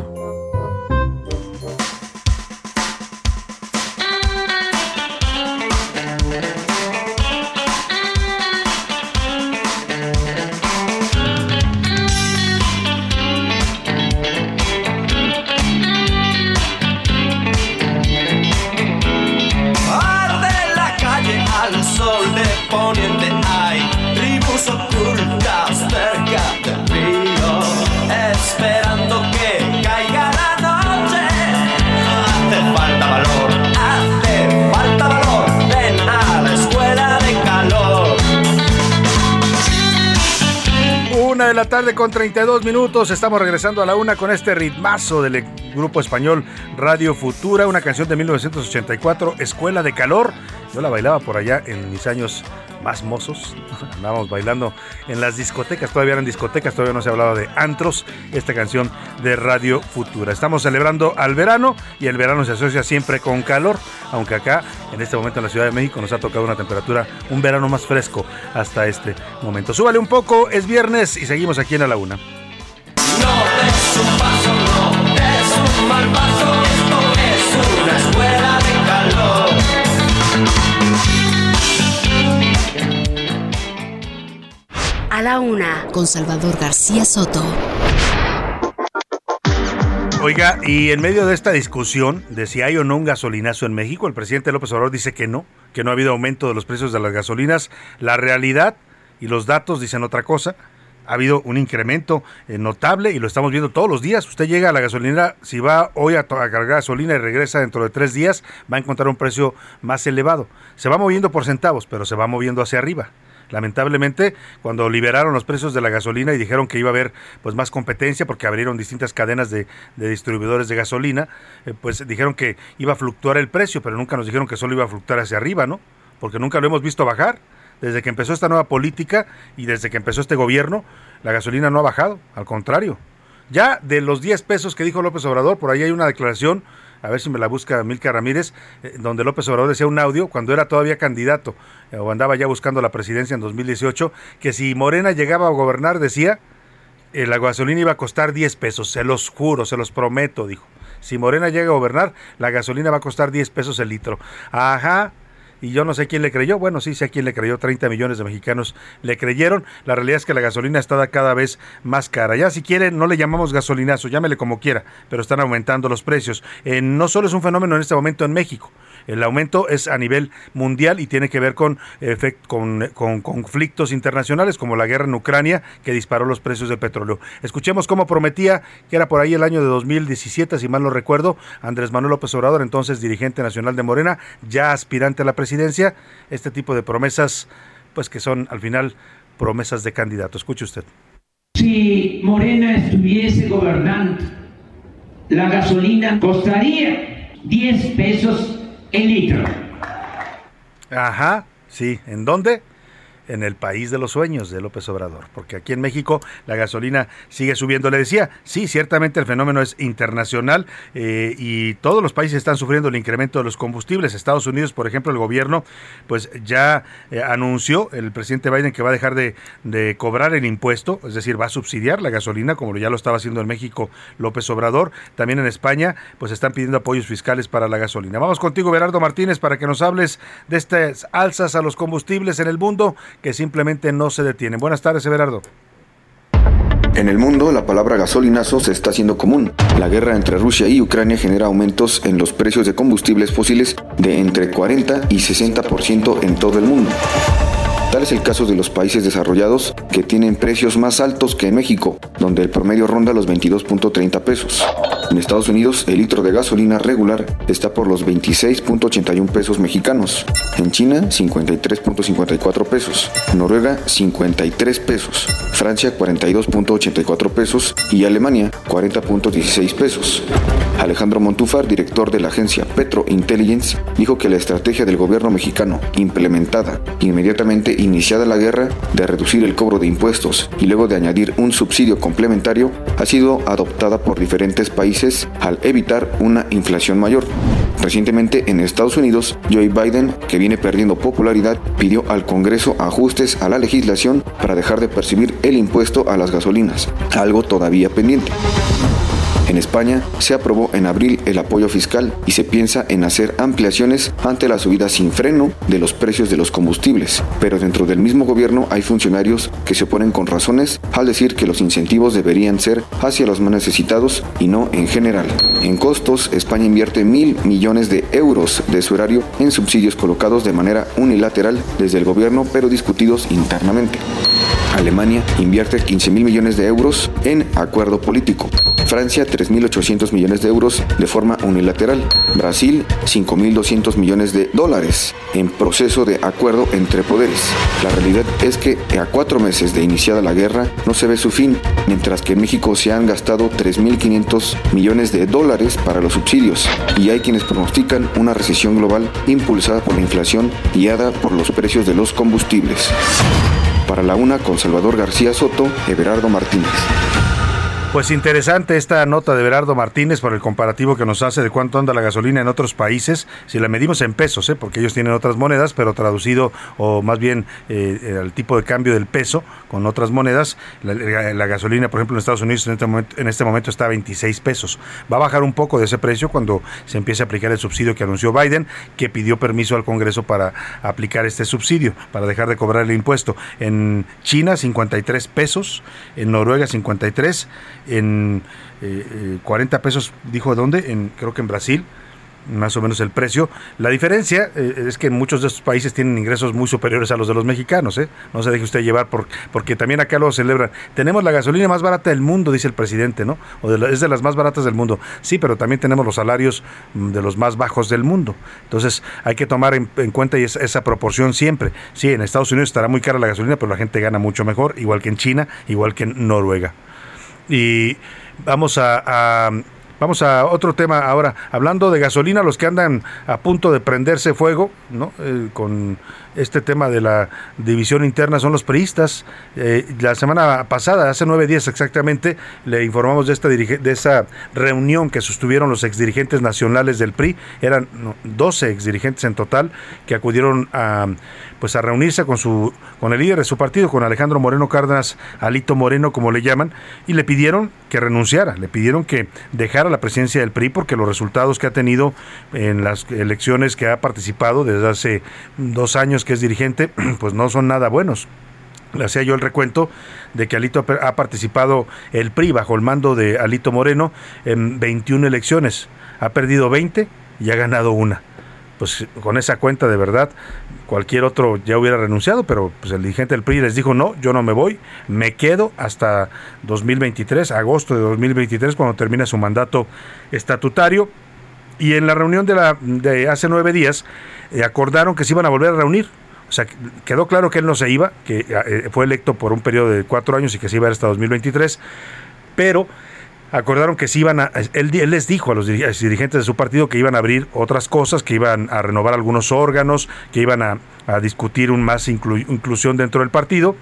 De la tarde con treinta y dos minutos, estamos regresando a la una con este ritmazo del grupo español Radio Futura, una canción de mil novecientos ochenta y cuatro, Escuela de Calor. Yo la bailaba por allá en mis años más mozos, andábamos bailando en las discotecas, todavía eran discotecas, todavía no se hablaba de antros, esta canción de Radio Futura. Estamos celebrando al verano y el verano se asocia siempre con calor, aunque acá en este momento en la Ciudad de México nos ha tocado una temperatura, un verano más fresco hasta este momento. Súbale un poco, es viernes y seguimos aquí en A la Una. No des un paso, no des un mal paso, esto es una escuela de calor. A la Una con Salvador García Soto. Oiga, y en medio de esta discusión de si hay o no un gasolinazo en México, el presidente López Obrador dice que no, que no ha habido aumento de los precios de las gasolinas. La realidad y los datos dicen otra cosa. Ha habido un incremento eh, notable y lo estamos viendo todos los días. Usted llega a la gasolinera, si va hoy a, a cargar gasolina y regresa dentro de tres días, va a encontrar un precio más elevado. Se va moviendo por centavos, pero se va moviendo hacia arriba. Lamentablemente, cuando liberaron los precios de la gasolina y dijeron que iba a haber pues más competencia porque abrieron distintas cadenas de, de distribuidores de gasolina, eh, pues dijeron que iba a fluctuar el precio, pero nunca nos dijeron que solo iba a fluctuar hacia arriba, ¿no? Porque nunca lo hemos visto bajar. Desde que empezó esta nueva política y desde que empezó este gobierno, la gasolina no ha bajado, al contrario. Ya de los diez pesos que dijo López Obrador, por ahí hay una declaración, a ver si me la busca Milka Ramírez, eh, donde López Obrador decía un audio, cuando era todavía candidato, eh, o andaba ya buscando la presidencia en dos mil dieciocho, que si Morena llegaba a gobernar, decía eh, la gasolina iba a costar diez pesos, se los juro, se los prometo, dijo. Si Morena llega a gobernar, la gasolina va a costar diez pesos el litro. Ajá. Y yo no sé quién le creyó, bueno, sí sé quién le creyó, treinta millones de mexicanos le creyeron. La realidad es que la gasolina está cada vez más cara. Ya si quieren, no le llamamos gasolinazo, llámele como quiera, pero están aumentando los precios. Eh, no solo es un fenómeno en este momento en México, el aumento es a nivel mundial y tiene que ver con, efect, con, con conflictos internacionales como la guerra en Ucrania que disparó los precios del petróleo. Escuchemos cómo prometía, que era por ahí el año de dos mil diecisiete, si mal no recuerdo, Andrés Manuel López Obrador, entonces dirigente nacional de Morena, ya aspirante a la presidencia, este tipo de promesas, pues que son al final promesas de candidato. Escuche usted. Si Morena estuviese gobernando, la gasolina costaría diez pesos el litro. Ajá, sí. ¿En dónde? En el país de los sueños de López Obrador, porque aquí en México la gasolina sigue subiendo. Le decía, sí, ciertamente el fenómeno es internacional eh, y todos los países están sufriendo el incremento de los combustibles. Estados Unidos, por ejemplo, el gobierno pues ya eh, anunció, el presidente Biden, que va a dejar de, de cobrar el impuesto, es decir, va a subsidiar la gasolina, como ya lo estaba haciendo en México López Obrador. También en España, pues están pidiendo apoyos fiscales para la gasolina. Vamos contigo, Berardo Martínez, para que nos hables de estas alzas a los combustibles en el mundo que simplemente no se detienen. Buenas tardes, Everardo. En el mundo, la palabra gasolinazo se está haciendo común. La guerra entre Rusia y Ucrania genera aumentos en los precios de combustibles fósiles de entre cuarenta y sesenta por ciento en todo el mundo. Tal es el caso de los países desarrollados, que tienen precios más altos que en México, donde el promedio ronda los veintidós punto treinta pesos. En Estados Unidos, el litro de gasolina regular está por los veintiséis punto ochenta y uno pesos mexicanos. En China, cincuenta y tres punto cincuenta y cuatro pesos. Noruega, cincuenta y tres pesos. Francia, cuarenta y dos punto ochenta y cuatro pesos. Y Alemania, cuarenta punto dieciséis pesos. Alejandro Montúfar, director de la agencia Petro Intelligence, dijo que la estrategia del gobierno mexicano, implementada inmediatamente iniciada la guerra, de reducir el cobro de impuestos y luego de añadir un subsidio complementario, ha sido adoptada por diferentes países al evitar una inflación mayor. Recientemente en Estados Unidos, Joe Biden, que viene perdiendo popularidad, pidió al Congreso ajustes a la legislación para dejar de percibir el impuesto a las gasolinas, algo todavía pendiente. En España se aprobó en abril el apoyo fiscal y se piensa en hacer ampliaciones ante la subida sin freno de los precios de los combustibles, pero dentro del mismo gobierno hay funcionarios que se oponen con razones al decir que los incentivos deberían ser hacia los más necesitados y no en general. En costos, España invierte mil millones de euros de su erario en subsidios colocados de manera unilateral desde el gobierno, pero discutidos internamente. Alemania invierte quince mil millones de euros en acuerdo político. Francia, tres mil ochocientos millones de euros de forma unilateral. Brasil, cinco mil doscientos millones de dólares en proceso de acuerdo entre poderes. La realidad es que a cuatro meses de iniciada la guerra no se ve su fin, mientras que en México se han gastado tres mil quinientos millones de dólares para los subsidios, y hay quienes pronostican una recesión global impulsada por la inflación guiada por los precios de los combustibles. Para la Una, con Salvador García Soto, Everardo Martínez. Pues interesante esta nota de Everardo Martínez por el comparativo que nos hace de cuánto anda la gasolina en otros países, si la medimos en pesos, ¿eh? Porque ellos tienen otras monedas, pero traducido, o más bien eh, el tipo de cambio del peso con otras monedas, la, la gasolina, por ejemplo, en Estados Unidos en este, momento, en este momento está a veintiséis pesos. Va a bajar un poco de ese precio cuando se empiece a aplicar el subsidio que anunció Biden, que pidió permiso al Congreso para aplicar este subsidio, para dejar de cobrar el impuesto. En China, cincuenta y tres pesos, en Noruega, cincuenta y tres, en eh, eh, cuarenta pesos, dijo dónde, en, creo que en Brasil, más o menos el precio. La diferencia eh, es que muchos de estos países tienen ingresos muy superiores a los de los mexicanos, ¿eh? No se deje usted llevar, por, porque también acá lo celebran. Tenemos la gasolina más barata del mundo, dice el presidente, ¿no? O de la, es de las más baratas del mundo. Sí, pero también tenemos los salarios de los más bajos del mundo. Entonces hay que tomar en, en cuenta esa, esa proporción siempre. Sí, en Estados Unidos estará muy cara la gasolina, pero la gente gana mucho mejor, igual que en China, igual que en Noruega. Y vamos a, a vamos a otro tema ahora, hablando de gasolina, los que andan a punto de prenderse fuego, ¿no? Eh, con este tema de la división interna son los priistas. Eh, la semana pasada, hace nueve días exactamente, le informamos de esta dirige- de esa reunión que sostuvieron los exdirigentes nacionales del P R I. Eran doce exdirigentes en total que acudieron a pues a reunirse con su con el líder de su partido, con Alejandro Moreno Cárdenas, Alito Moreno, como le llaman, y le pidieron que renunciara, le pidieron que dejara la presidencia del P R I porque los resultados que ha tenido en las elecciones que ha participado desde hace dos años que es dirigente, pues no son nada buenos. Le hacía yo el recuento de que Alito ha participado el P R I bajo el mando de Alito Moreno en veintiuna elecciones, ha perdido veinte y ha ganado una. Pues con esa cuenta, de verdad, cualquier otro ya hubiera renunciado, pero pues el dirigente del P R I les dijo: no, yo no me voy, me quedo hasta dos mil veintitrés, agosto de dos mil veintitrés, cuando termina su mandato estatutario. Y en la reunión de, la, de hace nueve días eh, acordaron que se iban a volver a reunir. O sea, quedó claro que él no se iba, que eh, fue electo por un periodo de cuatro años y que se iba hasta dos mil veintitrés, pero acordaron que se iban a, él, él les dijo a los dirigentes de su partido que iban a abrir otras cosas, que iban a renovar algunos órganos, que iban a, a discutir un más inclu, inclusión dentro del partido.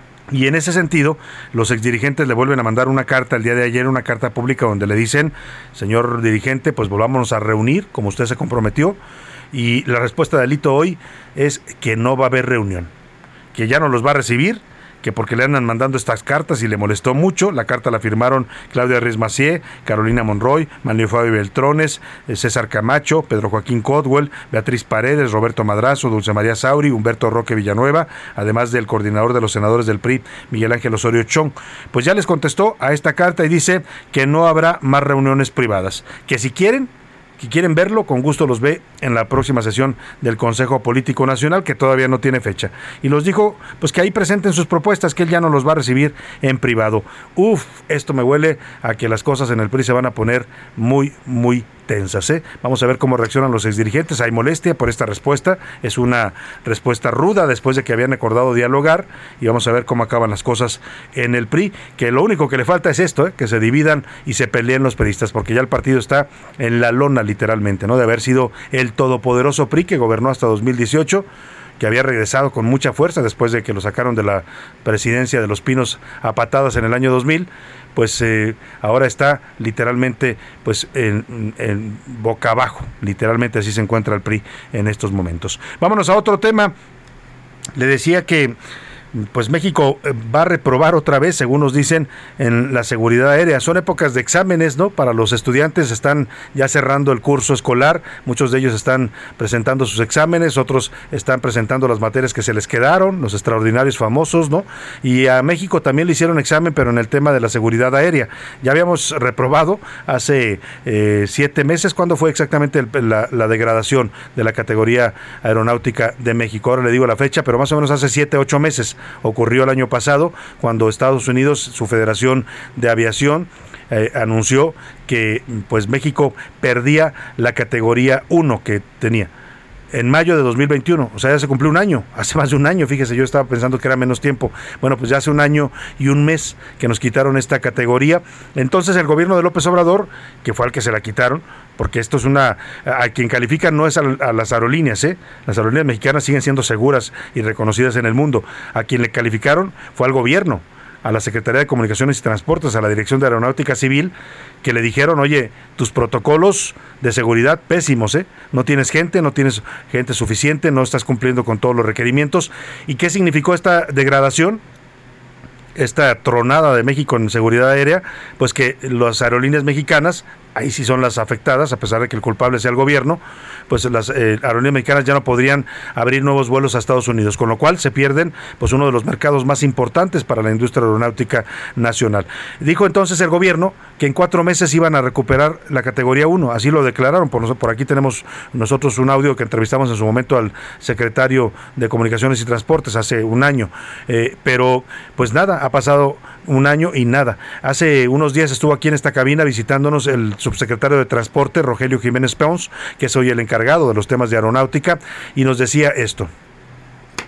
Y en ese sentido, los exdirigentes le vuelven a mandar una carta el día de ayer, una carta pública donde le dicen: señor dirigente, pues volvámonos a reunir como usted se comprometió. Y la respuesta de Alito hoy es que no va a haber reunión, que ya no los va a recibir, que porque le andan mandando estas cartas y le molestó mucho. La carta la firmaron Claudia Ruiz Massieu, Carolina Monroy, Manuel Fabio Beltrones, César Camacho, Pedro Joaquín Codwell, Beatriz Paredes, Roberto Madrazo, Dulce María Sauri, Humberto Roque Villanueva, además del coordinador de los senadores del P R I, Miguel Ángel Osorio Chong. Pues ya les contestó a esta carta y dice que no habrá más reuniones privadas, que si quieren, que quieren verlo, con gusto los ve en la próxima sesión del Consejo Político Nacional, que todavía no tiene fecha. Y los dijo, pues que ahí presenten sus propuestas, que él ya no los va a recibir en privado. Uf, esto me huele a que las cosas en el P R I se van a poner muy, muy tensas, ¿eh? Vamos a ver cómo reaccionan los exdirigentes. Hay molestia por esta respuesta, es una respuesta ruda después de que habían acordado dialogar, y vamos a ver cómo acaban las cosas en el P R I, que lo único que le falta es esto, ¿eh? Que se dividan y se peleen los peristas, porque ya el partido está en la lona literalmente, ¿no? De haber sido el todopoderoso P R I que gobernó hasta dos mil dieciocho, que había regresado con mucha fuerza después de que lo sacaron de la presidencia de Los Pinos a patadas en el año dos mil, pues eh, ahora está literalmente pues en, en boca abajo, literalmente así se encuentra el P R I en estos momentos. Vámonos a otro tema. Le decía que pues México va a reprobar otra vez, según nos dicen, en la seguridad aérea. Son épocas de exámenes, ¿no? Para los estudiantes, están ya cerrando el curso escolar, muchos de ellos están presentando sus exámenes, otros están presentando las materias que se les quedaron, los extraordinarios famosos, ¿no? Y a México también le hicieron examen, pero en el tema de la seguridad aérea. Ya habíamos reprobado hace eh, siete meses, ¿cuándo fue exactamente el, la, la degradación de la categoría aeronáutica de México? Ahora le digo la fecha, pero más o menos hace siete, ocho meses. Ocurrió el año pasado, cuando Estados Unidos, su Federación de Aviación, eh, anunció que pues México perdía la categoría uno que tenía en mayo de dos mil veintiuno, o sea, ya se cumplió un año, hace más de un año, fíjese, yo estaba pensando que era menos tiempo. Bueno, pues ya hace un año y un mes que nos quitaron esta categoría. Entonces el gobierno de López Obrador, que fue al que se la quitaron, porque esto es una, a quien califican no es a, a las aerolíneas, ¿eh? Las aerolíneas mexicanas siguen siendo seguras y reconocidas en el mundo. A quien le calificaron fue al gobierno, a la Secretaría de Comunicaciones y Transportes, a la Dirección de Aeronáutica Civil, que le dijeron: oye, tus protocolos de seguridad pésimos, ¿eh? No tienes gente, no tienes gente suficiente, no estás cumpliendo con todos los requerimientos. ¿Y qué significó esta degradación? Esta tronada de México en seguridad aérea, pues que las aerolíneas mexicanas, ahí sí son las afectadas, a pesar de que el culpable sea el gobierno, pues las eh, aerolíneas mexicanas ya no podrían abrir nuevos vuelos a Estados Unidos, con lo cual se pierden pues uno de los mercados más importantes para la industria aeronáutica nacional. Dijo entonces el gobierno que en cuatro meses iban a recuperar la categoría uno, así lo declararon. Por, por aquí tenemos nosotros un audio que entrevistamos en su momento al secretario de Comunicaciones y Transportes hace un año, eh, pero pues nada, ha pasado un año y nada. Hace unos días estuvo aquí en esta cabina visitándonos el subsecretario de Transporte, Rogelio Jiménez Pons, que es hoy el encargado de los temas de aeronáutica, y nos decía esto.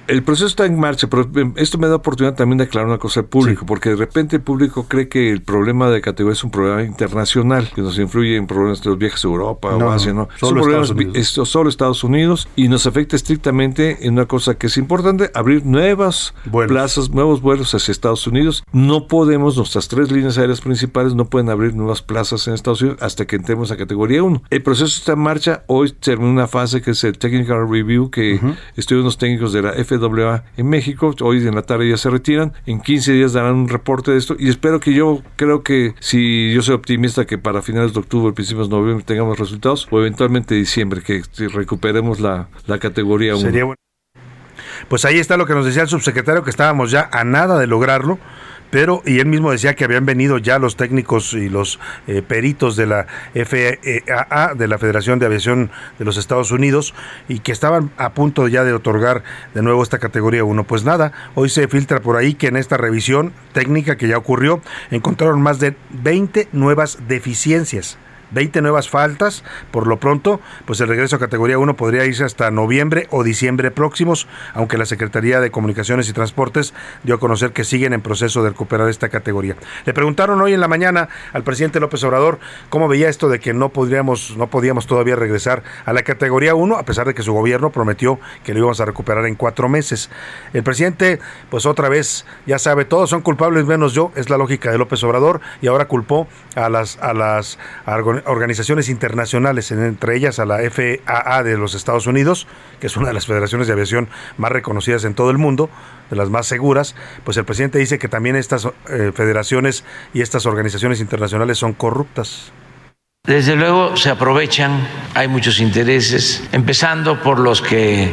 El proceso está en marcha, pero esto me da oportunidad también de aclarar una cosa al público, sí. porque de repente el público cree que el problema de categoría es un problema internacional, que nos influye en problemas de los viajes a Europa no, o Asia, no. Solo Estados Unidos. Es solo Estados Unidos y nos afecta estrictamente en una cosa que es importante, abrir nuevas vuelos. plazas, nuevos vuelos hacia Estados Unidos. No podemos, nuestras tres líneas aéreas principales no pueden abrir nuevas plazas en Estados Unidos hasta que entremos a categoría uno. El proceso está en marcha, hoy termina una fase que es el Technical Review, que uh-huh. estudian unos técnicos de la F W A en México, hoy en la tarde ya se retiran, en quince días darán un reporte de esto y espero que yo, creo que si yo soy optimista que para finales de octubre, principios de noviembre tengamos resultados o eventualmente diciembre que recuperemos la, la categoría uno. Sería bueno. Pues ahí está lo que nos decía el subsecretario, que estábamos ya a nada de lograrlo, pero, y él mismo decía que habían venido ya los técnicos y los eh, peritos de la F A A, de la Federación de Aviación de los Estados Unidos, y que estaban a punto ya de otorgar de nuevo esta categoría uno. Pues nada, hoy se filtra por ahí que en esta revisión técnica que ya ocurrió, encontraron más de veinte nuevas deficiencias. veinte nuevas faltas. Por lo pronto, pues el regreso a categoría uno podría irse hasta noviembre o diciembre próximos, aunque la Secretaría de Comunicaciones y Transportes dio a conocer que siguen en proceso de recuperar esta categoría. Le preguntaron hoy en la mañana al presidente López Obrador cómo veía esto de que no podríamos, no podíamos todavía regresar a la categoría uno, a pesar de que su gobierno prometió que lo íbamos a recuperar en cuatro meses. El presidente, pues otra vez, ya sabe, todos son culpables menos yo, es la lógica de López Obrador, y ahora culpó a las, a las organizaciones internacionales, entre ellas a la F A A de los Estados Unidos, que es una de las federaciones de aviación más reconocidas en todo el mundo, de las más seguras. Pues el presidente dice que también estas eh, federaciones y estas organizaciones internacionales son corruptas. Desde luego se aprovechan, hay muchos intereses, empezando por los que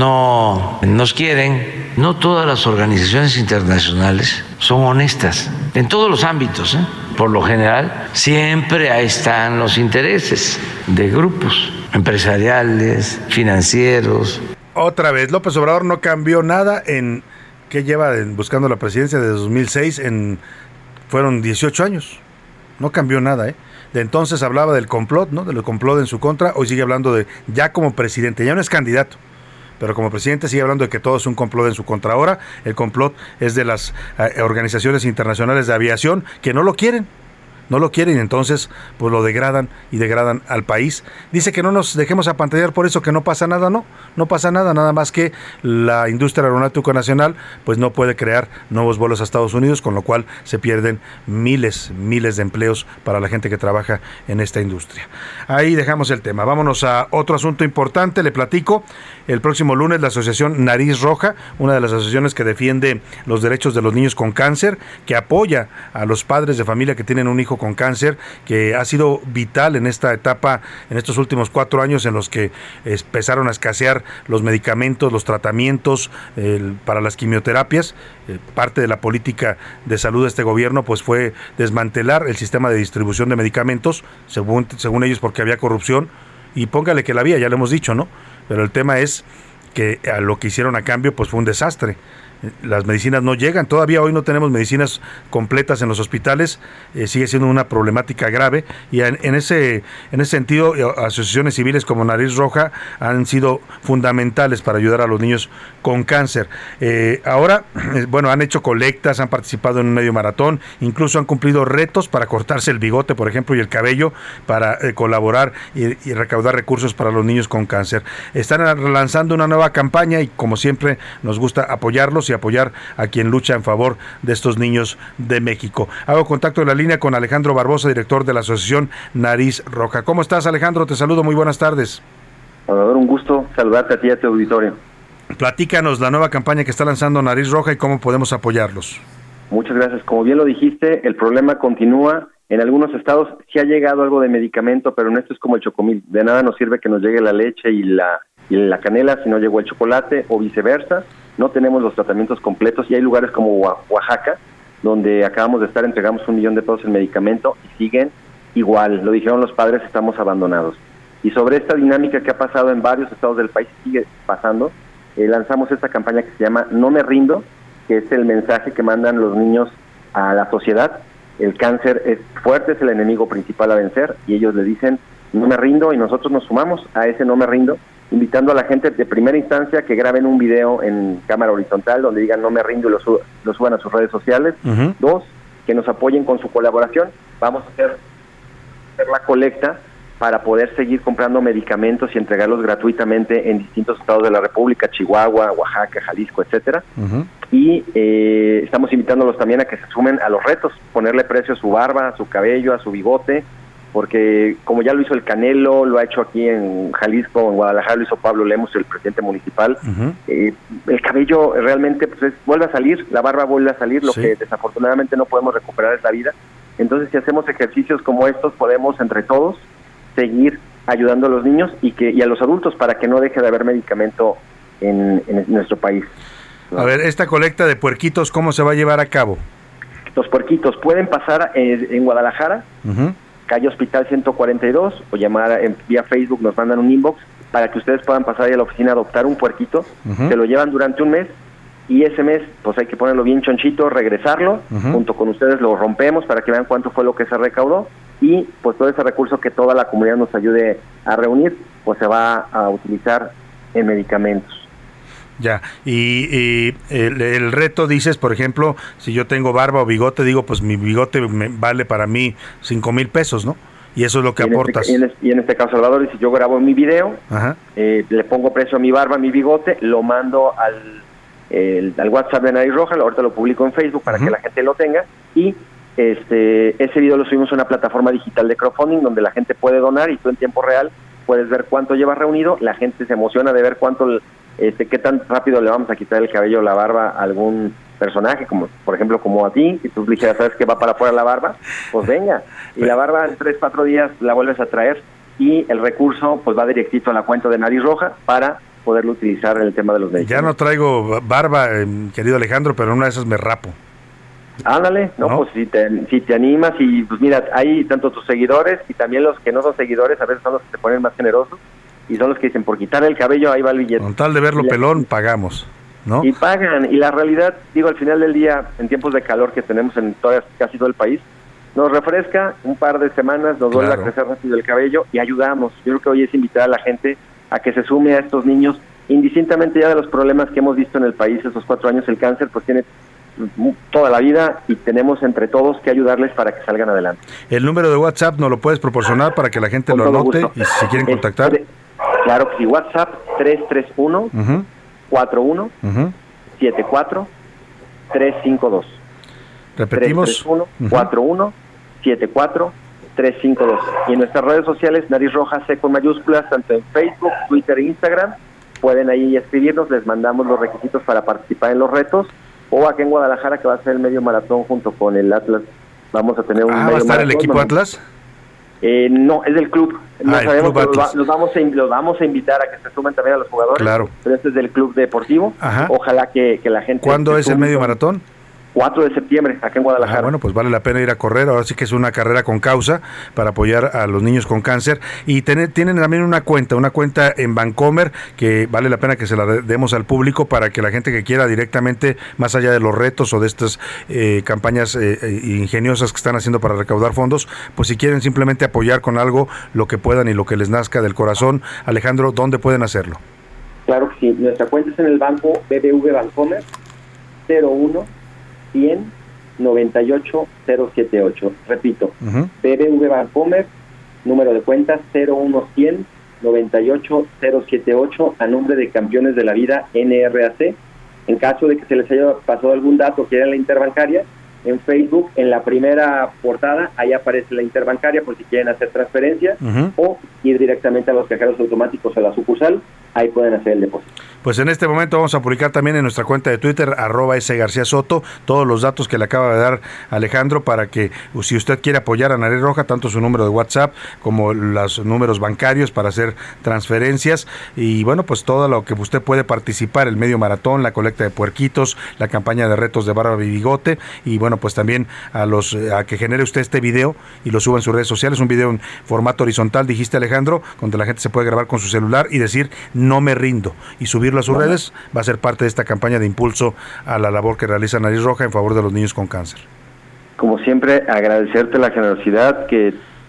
no nos quieren. No todas las organizaciones internacionales son honestas, en todos los ámbitos, ¿eh? Por lo general, siempre ahí están los intereses de grupos empresariales, financieros. Otra vez, López Obrador no cambió nada en que lleva en, buscando la presidencia desde dos mil seis, en, fueron dieciocho años, no cambió nada, ¿eh? De entonces hablaba del complot, ¿no? Del complot en su contra, hoy sigue hablando de, ya como presidente, ya no es candidato, pero como presidente sigue hablando de que todo es un complot en su contra. Ahora el complot es de las eh, organizaciones internacionales de aviación que no lo quieren, no lo quieren, entonces pues lo degradan y degradan al país. Dice que no nos dejemos apantallar por eso, que no pasa nada, no, no pasa nada, nada más que la industria aeronáutica nacional pues no puede crear nuevos vuelos a Estados Unidos, con lo cual se pierden miles, miles de empleos para la gente que trabaja en esta industria. Ahí dejamos el tema, vámonos a otro asunto importante, le platico. El próximo lunes la asociación Nariz Roja, una de las asociaciones que defiende los derechos de los niños con cáncer, que apoya a los padres de familia que tienen un hijo con cáncer, que ha sido vital en esta etapa, en estos últimos cuatro años en los que empezaron a escasear los medicamentos, los tratamientos eh, para las quimioterapias. Eh, parte de la política de salud de este gobierno pues fue desmantelar el sistema de distribución de medicamentos, según, según ellos porque había corrupción, y póngale que la había, ya lo hemos dicho, ¿no? Pero el tema es que a lo que hicieron a cambio pues fue un desastre. Las medicinas no llegan, todavía hoy no tenemos medicinas completas en los hospitales, eh, sigue siendo una problemática grave, y en, en ese en ese sentido asociaciones civiles como Nariz Roja han sido fundamentales para ayudar a los niños con cáncer. Eh, ahora, eh, bueno, han hecho colectas, han participado en un medio maratón, incluso han cumplido retos para cortarse el bigote, por ejemplo, y el cabello, para eh, colaborar y, y recaudar recursos para los niños con cáncer. Están lanzando una nueva campaña y como siempre nos gusta apoyarlos y apoyar a quien lucha en favor de estos niños de México. Hago contacto en la línea con Alejandro Barbosa, director de la asociación Nariz Roja. ¿Cómo estás, Alejandro? Te saludo, muy buenas tardes. Salvador, un gusto saludarte a ti y a tu auditorio. Platícanos la nueva campaña que está lanzando Nariz Roja y cómo podemos apoyarlos. Muchas gracias. Como bien lo dijiste, el problema continúa. En algunos estados sí ha llegado algo de medicamento, pero en esto es como el chocomil. De nada nos sirve que nos llegue la leche y la, y la canela si no llegó el chocolate, o viceversa. No tenemos los tratamientos completos y hay lugares como Oaxaca, donde acabamos de estar, entregamos un millón de pesos en medicamento y siguen igual. Lo dijeron los padres, estamos abandonados. Y sobre esta dinámica que ha pasado en varios estados del país, sigue pasando, eh, lanzamos esta campaña que se llama No Me Rindo, que es el mensaje que mandan los niños a la sociedad. El cáncer es fuerte, es el enemigo principal a vencer, y ellos le dicen, no me rindo, y nosotros nos sumamos a ese no me rindo, invitando a la gente de primera instancia que graben un video en cámara horizontal donde digan no me rindo y lo, sub, lo suban a sus redes sociales. Uh-huh. Dos, que nos apoyen con su colaboración. Vamos a hacer, hacer la colecta para poder seguir comprando medicamentos y entregarlos gratuitamente en distintos estados de la República, Chihuahua, Oaxaca, Jalisco, etcétera. Uh-huh. Y eh, estamos invitándolos también a que se sumen a los retos, ponerle precio a su barba, a su cabello, a su bigote, porque como ya lo hizo el Canelo, lo ha hecho aquí en Jalisco, en Guadalajara lo hizo Pablo Lemus, el presidente municipal, uh-huh. eh, el cabello realmente pues, es, vuelve a salir, la barba vuelve a salir, lo sí. que desafortunadamente no podemos recuperar es la vida. Entonces, si hacemos ejercicios como estos, podemos entre todos seguir ayudando a los niños y que y a los adultos para que no deje de haber medicamento en, en nuestro país. A ver, esta colecta de puerquitos, ¿cómo se va a llevar a cabo? Los puerquitos pueden pasar en, en Guadalajara, uh-huh. calle Hospital ciento cuarenta y dos, o llamar en, vía Facebook, nos mandan un inbox para que ustedes puedan pasar ahí a la oficina a adoptar un puerquito. Uh-huh. Se lo llevan durante un mes y ese mes pues hay que ponerlo bien chonchito, regresarlo, uh-huh. junto con ustedes lo rompemos para que vean cuánto fue lo que se recaudó y pues todo ese recurso que toda la comunidad nos ayude a reunir pues se va a utilizar en medicamentos. Ya, y, y el, el reto dices, por ejemplo, si yo tengo barba o bigote, digo, pues mi bigote me vale para mí cinco mil pesos, ¿no? Y eso es lo que y aportas. En este, y, en este, y en este caso, Salvador, si yo grabo mi video, eh, le pongo precio a mi barba, a mi bigote, lo mando al, el, al WhatsApp de Nariz Roja, ahorita lo publico en Facebook para uh-huh. que la gente lo tenga, y este ese video lo subimos a una plataforma digital de crowdfunding donde la gente puede donar y tú en tiempo real puedes ver cuánto llevas reunido, la gente se emociona de ver cuánto, este, qué tan rápido le vamos a quitar el cabello o la barba a algún personaje, como por ejemplo como a ti, si tú dijeras, ¿sabes que va para afuera la barba? Pues venga, y la barba en tres, cuatro días la vuelves a traer y el recurso pues va directito a la cuenta de Nariz Roja para poderlo utilizar en el tema de los medicamentos. Ya no traigo barba, eh, querido Alejandro, pero en una de esas me rapo. Ándale, no, ¿no? Pues si te, si te animas y pues mira, hay tanto tus seguidores y también los que no son seguidores, a veces son los que se ponen más generosos y son los que dicen, por quitar el cabello, ahí va el billete. Con tal de verlo y pelón, la, pagamos, ¿no? Y pagan, y la realidad, digo, al final del día, en tiempos de calor que tenemos en toda, casi todo el país, nos refresca un par de semanas, nos vuelve claro. a crecer rápido el cabello y ayudamos. Yo creo que hoy es invitar a la gente a que se sume a estos niños, indistintamente ya de los problemas que hemos visto en el país esos cuatro años, el cáncer pues tiene toda la vida y tenemos entre todos que ayudarles para que salgan adelante. El número de WhatsApp nos lo puedes proporcionar para que la gente Con lo anote gusto. Y si quieren contactar. Es, claro que sí, WhatsApp tres tres uno, cuatro uno, siete cuatro, tres cinco dos. Repetimos. tres tres uno, cuatro uno, siete cuatro, tres cinco dos. Y en nuestras redes sociales, Nariz Roja C con mayúsculas, tanto en Facebook, Twitter e Instagram, pueden ahí escribirnos, les mandamos los requisitos para participar en los retos. O aquí en Guadalajara, que va a ser el medio maratón junto con el Atlas, vamos a tener un ah, medio ¿va a estar maratón, el equipo ¿no? Atlas? Eh, no, es del club. No ah, sabemos, club pero los vamos, a, los vamos a invitar a que se sumen también a los jugadores. Claro. Pero este es del club deportivo. Ajá. Ojalá que, que la gente... ¿Cuándo es el medio maratón? cuatro de septiembre, acá en Guadalajara. Ah, bueno, pues vale la pena ir a correr, ahora sí que es una carrera con causa para apoyar a los niños con cáncer. Y ten, tienen también una cuenta, una cuenta en Bancomer, que vale la pena que se la demos al público para que la gente que quiera directamente, más allá de los retos o de estas eh, campañas eh, ingeniosas que están haciendo para recaudar fondos, pues si quieren simplemente apoyar con algo lo que puedan y lo que les nazca del corazón. Alejandro, ¿dónde pueden hacerlo? Claro que sí, nuestra cuenta es en el banco B B V Bancomer cero uno cien noventa y ocho cero setenta y ocho. Repito, uh-huh. B B V Bancomer, número de cuenta cero uno cien noventa y ocho cero setenta y ocho, a nombre de Campeones de la Vida N R A C. En caso de que se les haya pasado algún dato que era en la interbancaria, en Facebook, en la primera portada, ahí aparece la interbancaria por si quieren hacer transferencias, uh-huh. o ir directamente a los cajeros automáticos a la sucursal, ahí pueden hacer el depósito. Pues en este momento vamos a publicar también en nuestra cuenta de Twitter, arroba S García Soto, todos los datos que le acaba de dar Alejandro para que, si usted quiere apoyar a Nariz Roja, tanto su número de WhatsApp como los números bancarios para hacer transferencias, y bueno, pues todo lo que usted puede participar, el medio maratón, la colecta de puerquitos, la campaña de retos de barba y bigote, y bueno, pues también a los a que genere usted este video y lo suba en sus redes sociales, un video en formato horizontal, dijiste Alejandro, donde la gente se puede grabar con su celular y decir, no me rindo, y subirlo a sus redes, va a ser parte de esta campaña de impulso a la labor que realiza Nariz Roja en favor de los niños con cáncer. Como siempre, agradecerte la generosidad que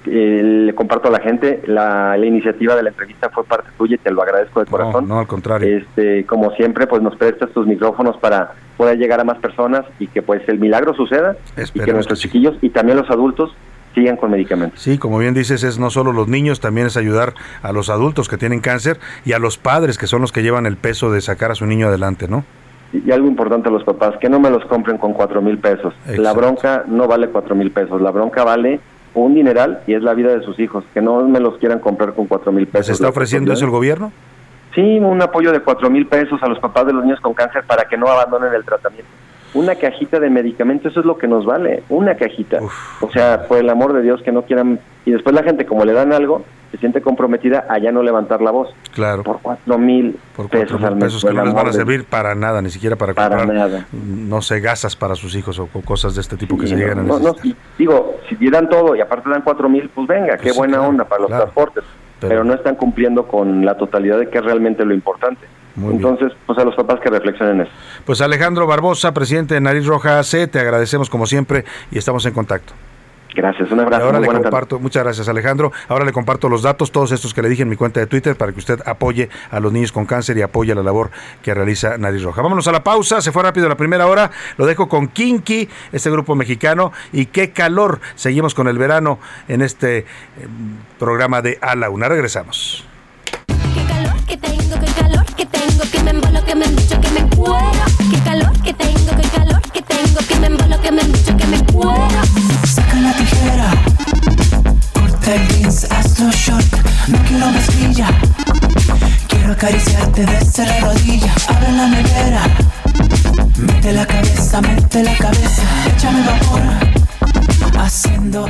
eh, le comparto a la gente, la, la iniciativa de la entrevista fue parte tuya y te lo agradezco de corazón. No, no, al contrario. Este, como siempre, pues nos prestas tus micrófonos para poder llegar a más personas y que pues el milagro suceda. Esperemos y que nuestros que sí. chiquillos y también los adultos sigan con medicamentos. Sí, como bien dices, es no solo los niños, también es ayudar a los adultos que tienen cáncer y a los padres que son los que llevan el peso de sacar a su niño adelante, ¿no? Y algo importante a los papás, que no me los compren con cuatro mil pesos. Exacto. La bronca no vale cuatro mil pesos, la bronca vale un dineral y es la vida de sus hijos, que no me los quieran comprar con cuatro mil pesos. ¿Se está ofreciendo eso el gobierno? Sí, un apoyo de cuatro mil pesos a los papás de los niños con cáncer para que no abandonen el tratamiento. Una cajita de medicamentos, eso es lo que nos vale, una cajita. Uf. O sea, por el amor de Dios, que no quieran... Y después la gente, como le dan algo, se siente comprometida a ya no levantar la voz. Claro. Por cuatro mil pesos al mes. Pesos que no les van a servir para nada, ni siquiera para, para comprar, nada. no sé, gasas para sus hijos o cosas de este tipo que sí, se llegan a no, necesitar. No, digo, si dieran todo y aparte dan cuatro mil, pues venga, pues qué sí, buena claro, onda para los claro. transportes. Pero, pero no están cumpliendo con la totalidad de que es realmente lo importante. Muy Entonces, bien. pues a los papás que reflexionen eso. Pues Alejandro Barbosa, presidente de Nariz Roja A C, te agradecemos como siempre y estamos en contacto. Gracias, un abrazo. Y ahora le comparto, muchas gracias Alejandro, ahora le comparto los datos, todos estos que le dije en mi cuenta de Twitter para que usted apoye a los niños con cáncer y apoye la labor que realiza Nariz Roja. Vámonos a la pausa, se fue rápido la primera hora, lo dejo con Kinky, este grupo mexicano, y qué calor, seguimos con el verano en este eh, programa de A la Una, regresamos. Qué calor que tengo, qué calor que tengo, que me embolo, que me embucho, que me muero. Qué calor que tengo, qué calor que tengo, que me embolo, que me embucho, que me muero. Saca la tijera, corta el jeans, hazlo short, no quiero mezclilla. Quiero acariciarte desde la rodilla, abre la nevera. Mete la cabeza, mete la cabeza, échame vapor, haciendo...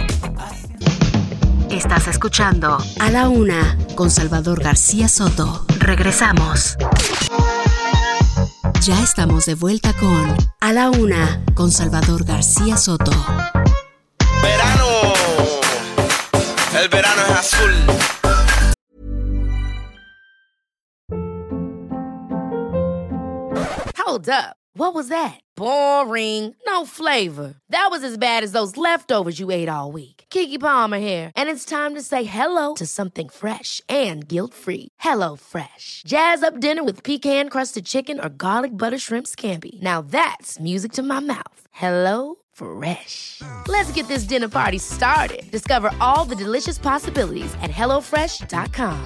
Estás escuchando A la Una con Salvador García Soto. Regresamos. Ya estamos de vuelta con A la Una con Salvador García Soto. Verano, el verano es azul. Hold up. What was that? Boring. No flavor. That was as bad as those leftovers you ate all week. Keke Palmer here, and it's time to say hello to something fresh and guilt-free. Hello Fresh. Jazz up dinner with pecan-crusted chicken or garlic butter shrimp scampi. Now that's music to my mouth. Hello Fresh. Let's get this dinner party started. Discover all the delicious possibilities at hello fresh dot com.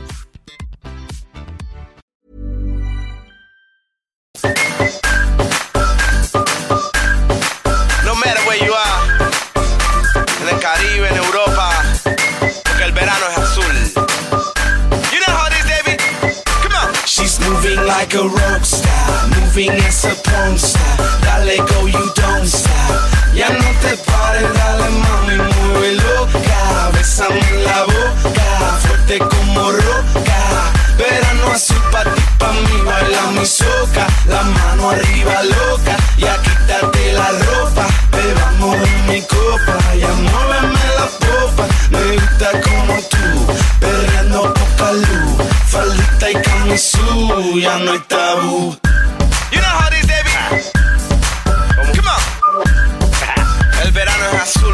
No matter where you are, en el Caribe, en Europa, porque el verano es azul. You know how it is, David? Come on. She's moving like a rock star, moving as a porn star. Dale go, you don't stop. Ya no te pares, dale mami, mueve loca. Bésame en la boca, fuerte como roca. Verano azul pa' ti, pa' mí, baila mi soca. La mano arriba loca, ya quítate la ropa. Bebamos en mi copa, ya muéveme la popa. Me gusta como tú, perreando poca luz. Faldita y camisú, ya no hay tabú. You know how this, David? Come on. El verano es azul.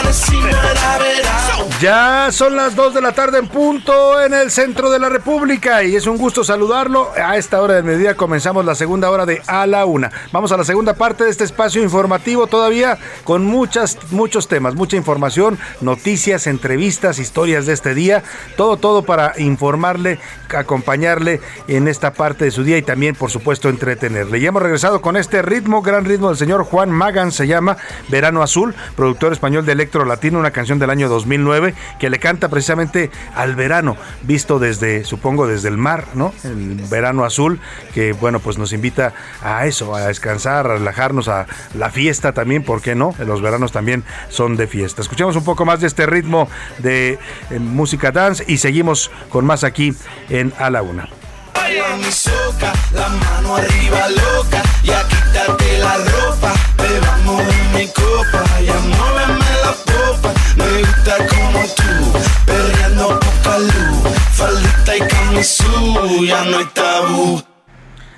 Ya son las dos de la tarde en punto en el centro de la República y es un gusto saludarlo. A esta hora del mediodía comenzamos la segunda hora de A la Una. Vamos a la segunda parte de este espacio informativo todavía con muchas, muchos temas, mucha información, noticias, entrevistas, historias de este día, todo, todo para informarle, acompañarle en esta parte de su día y también, por supuesto, entretenerle. Y hemos regresado con este ritmo, gran ritmo del señor Juan Magán, se llama Verano Azul, productor español de electro latino, una canción del año dos mil nueve que le canta precisamente al verano, visto desde, supongo, desde el mar, ¿no? El verano azul, que bueno, pues nos invita a eso, a descansar, a relajarnos, a la fiesta también, ¿por qué no? Los veranos también son de fiesta. Escuchamos un poco más de este ritmo de eh, música dance y seguimos con más aquí en A la Una. Baila mi soca, la mano arriba loca, ya quítate la ropa, bebamos en mi copa, ya muéveme la popa, me gusta como tú, perreando poca luz, faldita y camisú, ya no hay tabú.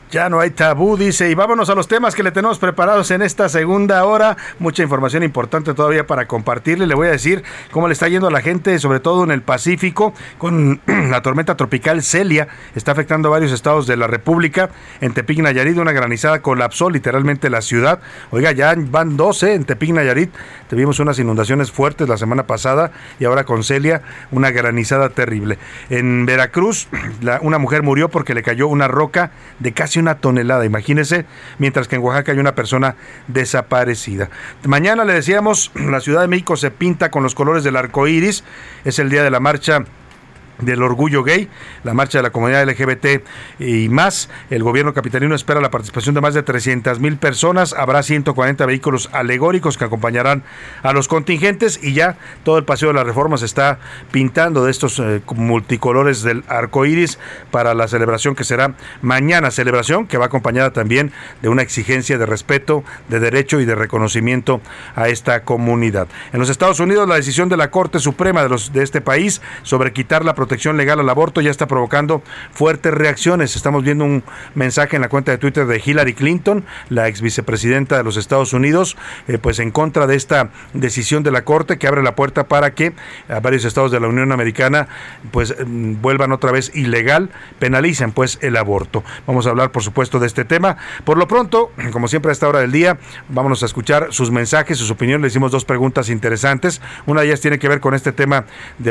Ya no hay tabú, dice, y vámonos a los temas que le tenemos preparados en esta segunda hora. Mucha información importante todavía para compartirle. Le voy a decir cómo le está yendo a la gente, sobre todo en el Pacífico, con la tormenta tropical Celia. Está afectando a varios estados de la República. En Tepic, Nayarit, una granizada colapsó literalmente la ciudad. Oiga, ya van doce en Tepic, Nayarit. Tuvimos unas inundaciones fuertes la semana pasada y ahora con Celia, una granizada terrible. En Veracruz, la, una mujer murió porque le cayó una roca de casi una tonelada, imagínese, mientras que en Oaxaca hay una persona desaparecida. Mañana le decíamos, la Ciudad de México se pinta con los colores del arco iris, es el día de la marcha del orgullo gay, la marcha de la comunidad L G B T y más. El gobierno capitalino espera la participación de más de trescientas mil personas. Habrá ciento cuarenta vehículos alegóricos que acompañarán a los contingentes y ya todo el Paseo de la Reforma se está pintando de estos eh, multicolores del arco iris para la celebración que será mañana, celebración que va acompañada también de una exigencia de respeto, de derecho y de reconocimiento a esta comunidad. En los Estados Unidos, la decisión de la Corte Suprema de, los, de este país sobre quitar la protección protección legal al aborto ya está provocando fuertes reacciones. Estamos viendo un mensaje en la cuenta de Twitter de Hillary Clinton, la ex vicepresidenta de los Estados Unidos, eh, pues en contra de esta decisión de la Corte que abre la puerta para que a varios estados de la Unión Americana pues vuelvan otra vez ilegal, penalicen pues el aborto. Vamos a hablar por supuesto de este tema. Por lo pronto, como siempre a esta hora del día, vámonos a escuchar sus mensajes, sus opiniones. Le hicimos dos preguntas interesantes. Una de ellas tiene que ver con este tema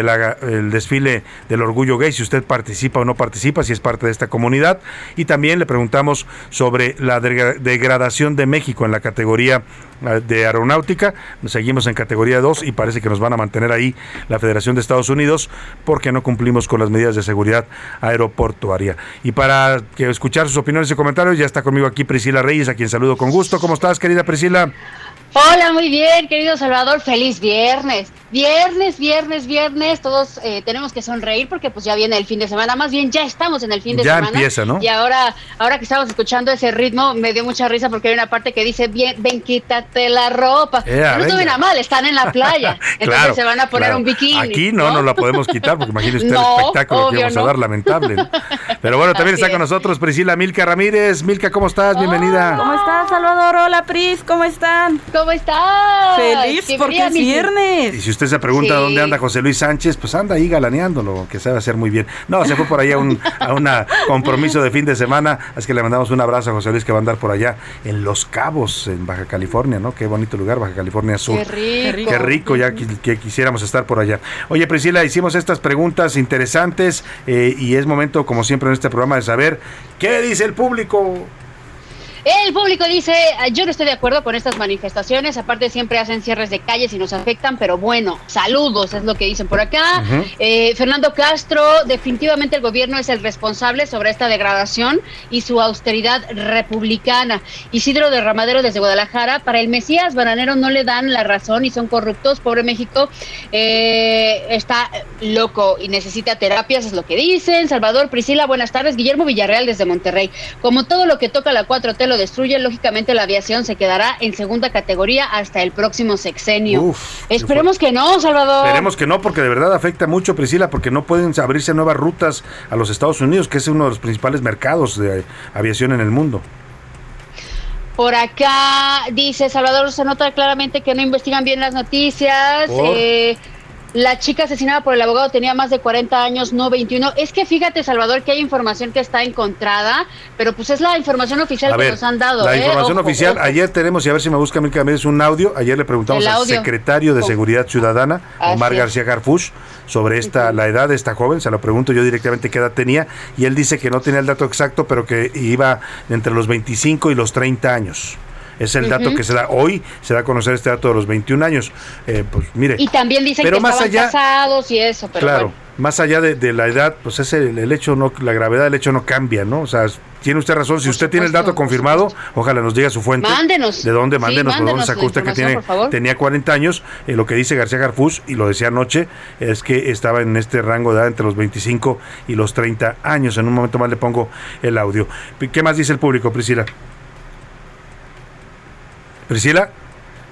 del desfile del orgullo gay, si usted participa o no participa, si es parte de esta comunidad, y también le preguntamos sobre la degradación de México en la categoría de aeronáutica. Seguimos en categoría dos y parece que nos van a mantener ahí la Federación de Estados Unidos porque no cumplimos con las medidas de seguridad aeroportuaria. Y para que escuchar sus opiniones y comentarios, ya está conmigo aquí Priscila Reyes, a quien saludo con gusto. ¿Cómo estás, querida Priscila? Hola, muy bien, querido Salvador, feliz viernes. Viernes, viernes, viernes, todos eh, tenemos que sonreír porque pues ya viene el fin de semana, más bien ya estamos en el fin de ya semana. Ya empieza, ¿no? Y ahora, ahora que estamos escuchando ese ritmo, me dio mucha risa porque hay una parte que dice, bien, ven, quítate la ropa. Yeah, no estuve nada mal, están en la playa, entonces claro, se van a poner claro. un bikini. Aquí no, no, no la podemos quitar porque imagínese usted no, el espectáculo que vamos no. a dar, lamentable, ¿no? Pero bueno, también Así está es. con nosotros Priscila Milka Ramírez. Milka, ¿cómo estás? Oh, Bienvenida. ¿Cómo estás, Salvador? Hola, Pris, ¿cómo están? ¿Cómo estás? Feliz Qué porque es mi- viernes. Y si usted se pregunta Sí. dónde anda José Luis Sánchez, pues anda ahí galaneándolo, que sabe hacer muy bien. No, se fue por ahí a un a una compromiso de fin de semana, así que le mandamos un abrazo a José Luis que va a andar por allá en Los Cabos, en Baja California, ¿no? Qué bonito lugar, Baja California Sur. Qué rico. Qué rico, ya que, que quisiéramos estar por allá. Oye, Priscila, hicimos estas preguntas interesantes eh, y es momento, como siempre en este programa, de saber qué dice el público. El público dice, yo no estoy de acuerdo con estas manifestaciones, aparte siempre hacen cierres de calles y nos afectan, pero bueno, saludos, es lo que dicen por acá. Ujú. eh, Fernando Castro, definitivamente el gobierno es el responsable sobre esta degradación y su austeridad republicana. Isidro de Ramadero desde Guadalajara, para el Mesías Bananero no le dan la razón y son corruptos, pobre México, eh, está loco y necesita terapias, es lo que dicen. Salvador, Priscila, buenas tardes. Guillermo Villarreal desde Monterrey, como todo lo que toca la cuatro T lo destruye, lógicamente la aviación se quedará en segunda categoría hasta el próximo sexenio. Uf, Esperemos que no, Salvador. Esperemos que no, porque de verdad afecta mucho, Priscila, porque no pueden abrirse nuevas rutas a los Estados Unidos, que es uno de los principales mercados de aviación en el mundo. Por acá dice Salvador, se nota claramente que no investigan bien las noticias. ¿Por? Eh, la chica asesinada por el abogado tenía más de cuarenta años, no veintiuno. Es que fíjate, Salvador, que hay información que está encontrada, pero pues es la información oficial A que ver, nos han dado. la ¿eh? información Ojo, oficial, ojo. ayer tenemos, y a ver si me busca Milka Ramírez, un audio. Ayer le preguntamos El al audio. secretario de Ojo. Seguridad Ciudadana, Así Omar es. García Harfuch, sobre esta la edad de esta joven. Se lo pregunto yo directamente qué edad tenía, y él dice que no tenía el dato exacto, pero que iba entre los veinticinco y los treinta años. Es el dato Ujú. que se da hoy, se da a conocer este dato de los veintiún años. Eh, pues mire, Y también dicen pero que más estaban allá- casados y eso, pero claro, bueno. más allá de, de la edad, pues es el, el hecho, no, la gravedad del hecho no cambia, ¿no? O sea, tiene usted razón, si usted tiene el dato confirmado, ojalá nos diga su fuente. Mándenos. ¿De dónde? Sí, Mándenos, ¿por dónde mándenos sacó la usted que información, tiene, por favor. tenía cuarenta años? Eh, lo que dice García Harfuch, y lo decía anoche, es que estaba en este rango de edad entre los veinticinco y los treinta años. En un momento más le pongo el audio. ¿Qué más dice el público, Priscila? Priscila,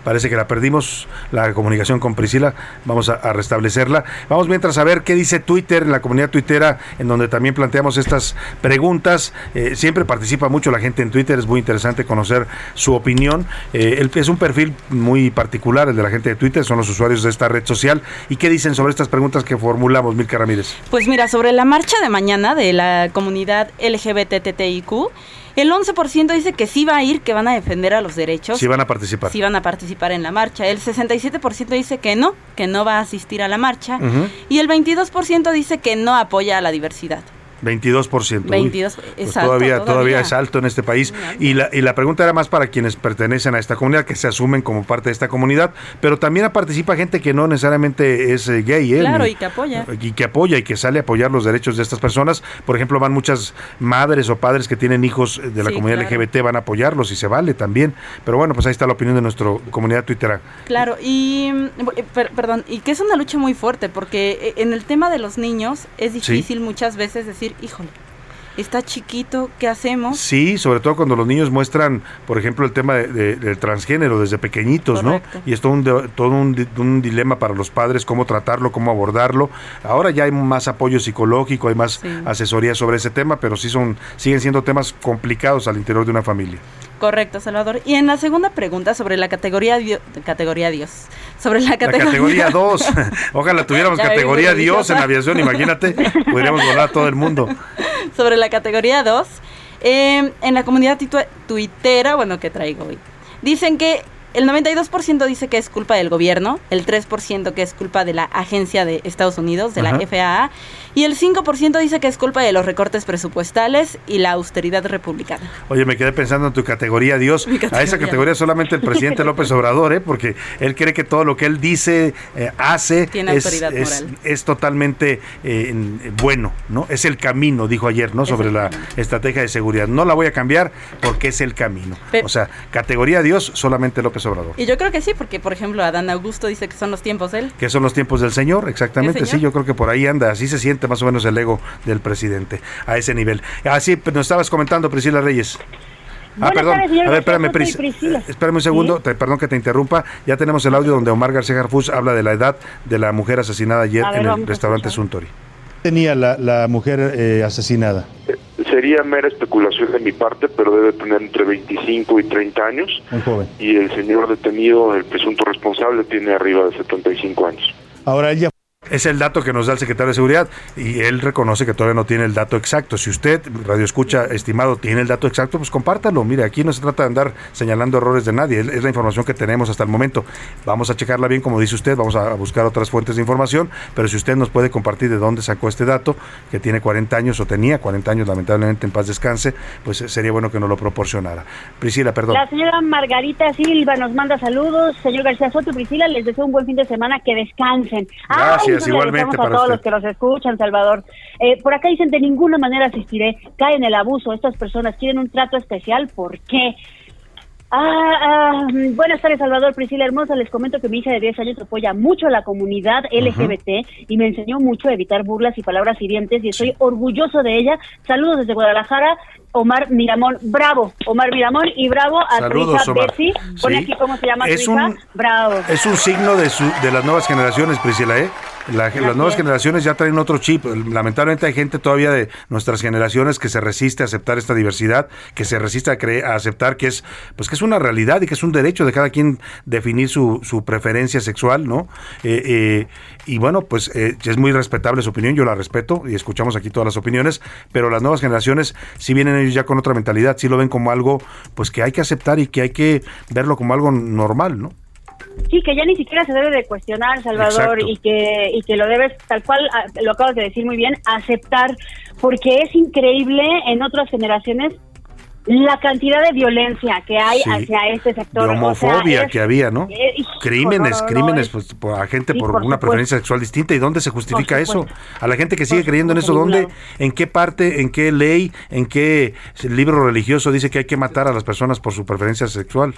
parece que la perdimos, la comunicación con Priscila, vamos a, a restablecerla. Vamos mientras a ver qué dice Twitter, en la comunidad tuitera, en donde también planteamos estas preguntas. Eh, siempre participa mucho la gente en Twitter, es muy interesante conocer su opinión. Eh, el, es un perfil muy particular el de la gente de Twitter, son los usuarios de esta red social. ¿Y qué dicen sobre estas preguntas que formulamos, Milka Ramírez? Pues mira, sobre la marcha de mañana de la comunidad L G B T T I Q, el once por ciento dice que sí va a ir, que van a defender a los derechos. Sí van a participar. Sí van a participar en la marcha. El sesenta y siete por ciento dice que no, que no va a asistir a la marcha. Uh-huh. Y el veintidós por ciento dice que no apoya a la diversidad. veintidós por ciento. veintidós, Uy, es pues alto, todavía, todavía. todavía es alto en este país. Y la, y la pregunta era más para quienes pertenecen a esta comunidad, que se asumen como parte de esta comunidad, pero también participa gente que no necesariamente es eh, gay. ¿eh? Claro, Ni, y que apoya. Y que apoya y que sale a apoyar los derechos de estas personas. Por ejemplo, van muchas madres o padres que tienen hijos de la sí, comunidad claro. L G B T, van a apoyarlos y se vale también. Pero bueno, pues ahí está la opinión de nuestra comunidad tuitera. Claro, y per, perdón, y que es una lucha muy fuerte, porque en el tema de los niños es difícil ¿Sí? muchas veces decir, híjole, está chiquito, ¿qué hacemos? Sí, sobre todo cuando los niños muestran, por ejemplo, el tema de, de, del transgénero desde pequeñitos, Correcto. ¿no? Y es todo, un, de, todo un, un dilema para los padres, cómo tratarlo, cómo abordarlo. Ahora ya hay más apoyo psicológico, hay más sí. asesoría sobre ese tema, pero sí son siguen siendo temas complicados al interior de una familia. Correcto, Salvador. Y en la segunda pregunta sobre la categoría dio, categoría Dios, sobre la categoría, la categoría dos, ojalá tuviéramos categoría Dios en la aviación, imagínate, podríamos volar todo el mundo. Sobre la categoría dos, eh, en la comunidad titu- tuitera, bueno, que traigo hoy, dicen que el noventa y dos por ciento dice que es culpa del gobierno, el tres por ciento que es culpa de la agencia de Estados Unidos, de Ajá. la F A A, y el cinco por ciento dice que es culpa de los recortes presupuestales y la austeridad republicana. Oye, me quedé pensando en tu categoría Dios. Categoría. A esa categoría solamente el presidente López Obrador, ¿eh? Porque él cree que todo lo que él dice, eh, hace, Tiene es, autoridad es, moral. es totalmente eh, bueno, ¿no? Es el camino, dijo ayer, ¿no? Sobre la camino. Estrategia de seguridad. No la voy a cambiar porque es el camino. Pero, o sea, categoría Dios, solamente López Obrador. Y yo creo que sí, porque por ejemplo Adán Augusto dice que son los tiempos de él. Que son los tiempos del Señor, exactamente, sí, yo creo que por ahí anda, así se siente más o menos el ego del presidente, a ese nivel. Así nos estabas comentando, Priscila Reyes. Ah, perdón, tardes, a ver, espérame, Pris, eh, espérame un segundo, ¿Sí? te, perdón que te interrumpa, ya tenemos el audio donde Omar García Harfuch habla de la edad de la mujer asesinada ayer ver, en el restaurante Suntory. ¿Tenía la, la mujer eh, asesinada? Sería mera especulación de mi parte, pero debe tener entre veinticinco y treinta años. Un joven. Y el señor detenido, el presunto responsable, tiene arriba de setenta y cinco años. Ahora ella... Es el dato que nos da el secretario de Seguridad y él reconoce que todavía no tiene el dato exacto. Si usted, Radio Escucha, estimado, tiene el dato exacto, pues compártalo. Mire, aquí no se trata de andar señalando errores de nadie, es la información que tenemos hasta el momento. Vamos a checarla bien, como dice usted, vamos a buscar otras fuentes de información, pero si usted nos puede compartir de dónde sacó este dato, que tiene cuarenta años o tenía cuarenta años, lamentablemente en paz descanse, pues sería bueno que nos lo proporcionara. Priscila, perdón. La señora Margarita Silva nos manda saludos. Señor García Soto y Priscila, les deseo un buen fin de semana, que descansen. Gracias. Ay, igualmente a para todos usted. Los que los escuchan, Salvador. Eh, por acá dicen, de ninguna manera asistiré. Caen en el abuso. Estas personas quieren un trato especial. ¿Por qué? Ah, ah, buenas tardes, Salvador, Priscila hermosa. Les comento que mi hija de diez años apoya mucho a la comunidad L G B T uh-huh. y me enseñó mucho a evitar burlas y palabras hirientes y estoy orgulloso de ella. Saludos desde Guadalajara, Omar Miramón. Bravo, Omar Miramón, y bravo a Saludos, tu hija Omar. Betsy. Pone sí. aquí cómo se llama es tu hija. Un, bravo. Es un signo de, su, de las nuevas generaciones, Priscila, ¿eh? La, las nuevas generaciones ya traen otro chip. Lamentablemente hay gente todavía de nuestras generaciones que se resiste a aceptar esta diversidad, que se resiste a, creer, a aceptar que es, pues que es una realidad y que es un derecho de cada quien definir su, su preferencia sexual, ¿no? Eh, eh, y bueno, pues eh, es muy respetable su opinión, yo la respeto y escuchamos aquí todas las opiniones, pero las nuevas generaciones sí vienen ellos ya con otra mentalidad, sí lo ven como algo pues que hay que aceptar y que hay que verlo como algo normal, ¿no? Sí, que ya ni siquiera se debe de cuestionar, Salvador, y que y que lo debes, tal cual, lo acabas de decir muy bien, aceptar, porque es increíble en otras generaciones la cantidad de violencia que hay sí, hacia este sector. De homofobia o sea, es, que había, ¿no? Es, crímenes, no, no, no, crímenes es, pues, por, a gente sí, por, por una supuesto. preferencia sexual distinta. ¿Y dónde se justifica eso? A la gente que sigue por creyendo en eso, ¿dónde, en qué parte, en qué ley, en qué libro religioso dice que hay que matar a las personas por su preferencia sexual?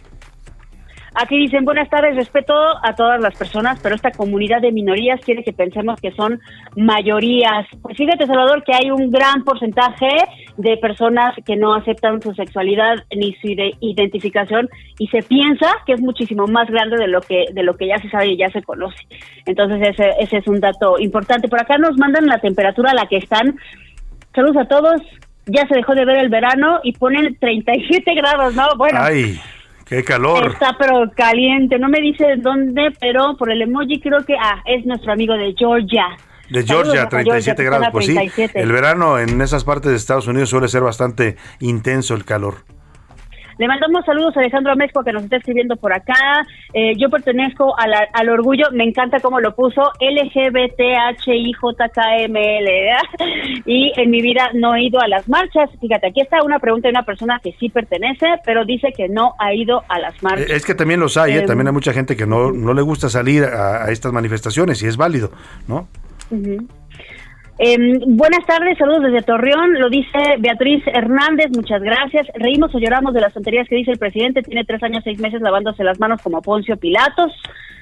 Aquí dicen, buenas tardes, respeto a todas las personas, pero esta comunidad de minorías quiere que pensemos que son mayorías. Pues fíjate, Salvador, que hay un gran porcentaje de personas que no aceptan su sexualidad ni su ide- identificación, y se piensa que es muchísimo más grande de lo que de lo que ya se sabe y ya se conoce. Entonces ese, ese es un dato importante. Por acá nos mandan la temperatura a la que están. Saludos a todos. Ya se dejó de ver el verano y ponen treinta y siete grados, ¿no? Bueno. ¡Ay, qué calor! Está pero caliente. No me dice dónde, pero por el emoji creo que ah es nuestro amigo de Georgia. De Georgia, treinta y siete grados, pues sí, el verano en esas partes de Estados Unidos suele ser bastante intenso el calor. Le mandamos saludos a Alejandro Amezco, que nos está escribiendo por acá. Eh, yo pertenezco a la, al orgullo, me encanta cómo lo puso, L G B T H I J K M L, ¿verdad? Y en mi vida no he ido a las marchas. Fíjate, aquí está una pregunta de una persona que sí pertenece, pero dice que no ha ido a las marchas. Es que también los hay, eh, eh, también hay mucha gente que no, no le gusta salir a, a estas manifestaciones, y es válido, ¿no? Uh-huh. Eh, buenas tardes, saludos desde Torreón, lo dice Beatriz Hernández, muchas gracias. Reímos o lloramos de las tonterías que dice el presidente, tiene tres años, seis meses lavándose las manos como Poncio Pilatos.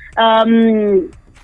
Um,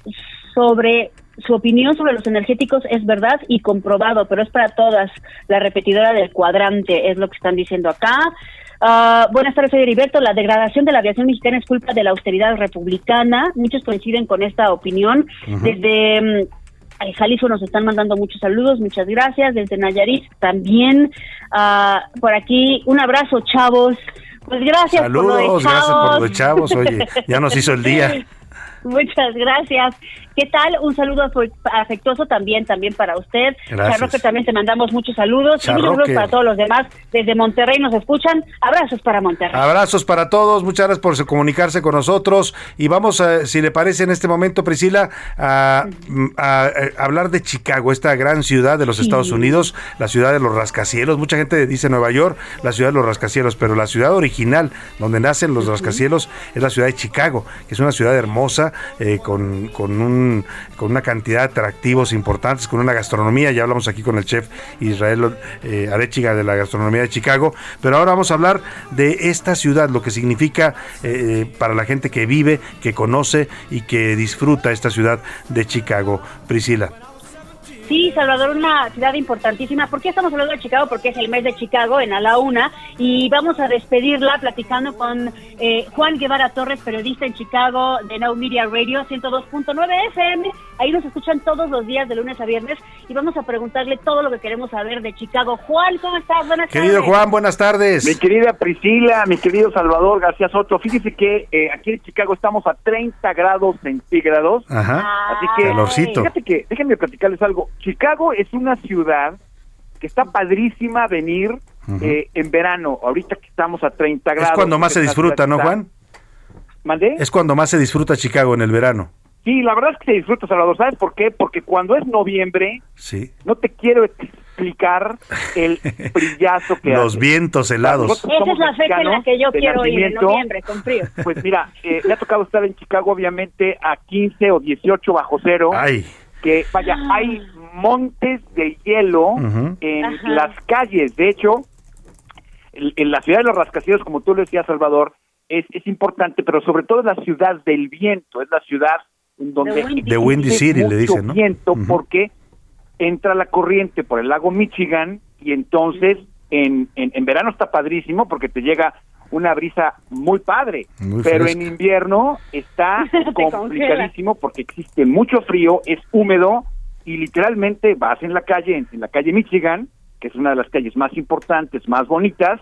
sobre su opinión sobre los energéticos es verdad y comprobado, pero es para todas, la repetidora del cuadrante, es lo que están diciendo acá. Uh, buenas tardes, soy Heriberto. La degradación de la aviación mexicana es culpa de la austeridad republicana. Muchos coinciden con esta opinión. Uh-huh. Desde um, Jalisco nos están mandando muchos saludos, muchas gracias. Desde Nayarit también. Uh, por aquí, un abrazo, chavos. Pues gracias. Saludos, por lo de chavos. Gracias por lo de chavos. Oye, ya nos hizo el día. Muchas gracias. ¿Qué tal? Un saludo afectuoso también, también para usted. Gracias. Charroque, también te mandamos muchos saludos. Charroque. Y muchos saludos para todos los demás. Desde Monterrey nos escuchan. Abrazos para Monterrey. Abrazos para todos. Muchas gracias por comunicarse con nosotros. Y vamos, a, si le parece en este momento, Priscila, a, a, a hablar de Chicago, esta gran ciudad de los sí. Estados Unidos, la ciudad de los rascacielos. Mucha gente dice Nueva York, la ciudad de los rascacielos, pero la ciudad original donde nacen los uh-huh. rascacielos es la ciudad de Chicago, que es una ciudad hermosa, eh, con, con un con una cantidad de atractivos importantes, con una gastronomía. Ya hablamos aquí con el chef Israel eh, Arechiga de la gastronomía de Chicago, pero ahora vamos a hablar de esta ciudad, lo que significa eh, para la gente que vive, que conoce y que disfruta esta ciudad de Chicago. Priscila. Sí, Salvador, una ciudad importantísima. ¿Por qué estamos hablando de Chicago? Porque es el mes de Chicago en A la Una, y vamos a despedirla platicando con eh, Juan Guevara Torres, periodista en Chicago de Now Media Radio ciento dos punto nueve F M. Ahí nos escuchan todos los días de lunes a viernes y vamos a preguntarle todo lo que queremos saber de Chicago. Juan, ¿cómo estás? Buenas Querido tardes. Juan, buenas tardes. Mi querida Priscila, mi querido Salvador García Soto, fíjese que eh, aquí en Chicago estamos a treinta grados centígrados. Ajá. Así que, calorcito. Fíjate que, déjenme platicarles algo. Chicago es una ciudad que está padrísima venir uh-huh. eh, en verano, ahorita que estamos a treinta grados. Es cuando más se disfruta, ¿no, Juan? ¿Mandé? Es cuando más se disfruta Chicago en el verano. Sí, la verdad es que se disfruta, Salvador. ¿Sabes por qué? Porque cuando es noviembre, sí. no te quiero explicar el brillazo que Los hace. vientos helados. Esa es la fecha en la que yo quiero ir, en noviembre, con frío. Pues mira, eh, me ha tocado estar en Chicago, obviamente, a quince o dieciocho bajo cero. Ay. Que, vaya, ah. hay montes de hielo uh-huh. en Ajá. las calles. De hecho, en, en la ciudad de los rascacielos, como tú lo decías, Salvador, es, es importante, pero sobre todo es la ciudad del viento, es la ciudad en donde... De Windy, de Windy City, le dicen, ¿no? viento, uh-huh. porque entra la corriente por el lago Michigan y entonces en, en, en verano está padrísimo porque te llega una brisa muy padre, muy pero fresca. En invierno está complicadísimo porque existe mucho frío, es húmedo y literalmente vas en la calle, en, en la calle Michigan, que es una de las calles más importantes, más bonitas,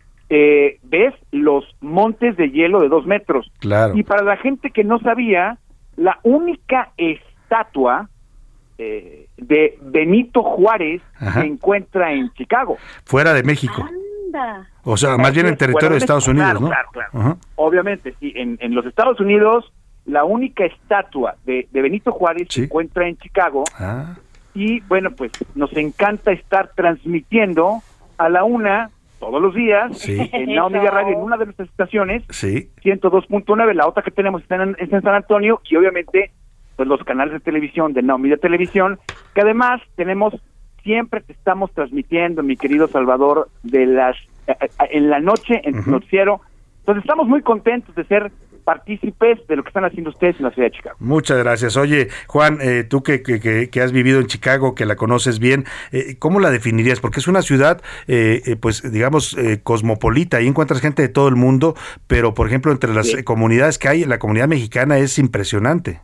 eh, ves los montes de hielo de dos metros. Claro. Y para la gente que no sabía, la única estatua eh, de Benito Juárez Ajá. se encuentra en Chicago. Fuera de México. Anda. O sea, más bien en territorio de, de Estados Unidos, claro, ¿no? Claro, claro. Uh-huh. Obviamente, sí. En, en los Estados Unidos, la única estatua de, de Benito Juárez ¿Sí? se encuentra en Chicago. Ah. Y, bueno, pues nos encanta estar transmitiendo a la una todos los días sí. en Now Media Radio, en una de nuestras estaciones, sí. ciento dos punto nueve. La otra que tenemos está en, está en San Antonio y, obviamente, pues los canales de televisión de Now Media Televisión, que además tenemos... Siempre te estamos transmitiendo, mi querido Salvador, de las en la noche, en tu uh-huh. noticiero. Entonces estamos muy contentos de ser partícipes de lo que están haciendo ustedes en la ciudad de Chicago. Muchas gracias. Oye, Juan, eh, tú que, que, que, que has vivido en Chicago, que la conoces bien, eh, ¿cómo la definirías? Porque es una ciudad, eh, eh, pues digamos, eh, cosmopolita, ahí encuentras gente de todo el mundo, pero por ejemplo, entre las sí. comunidades que hay, la comunidad mexicana es impresionante.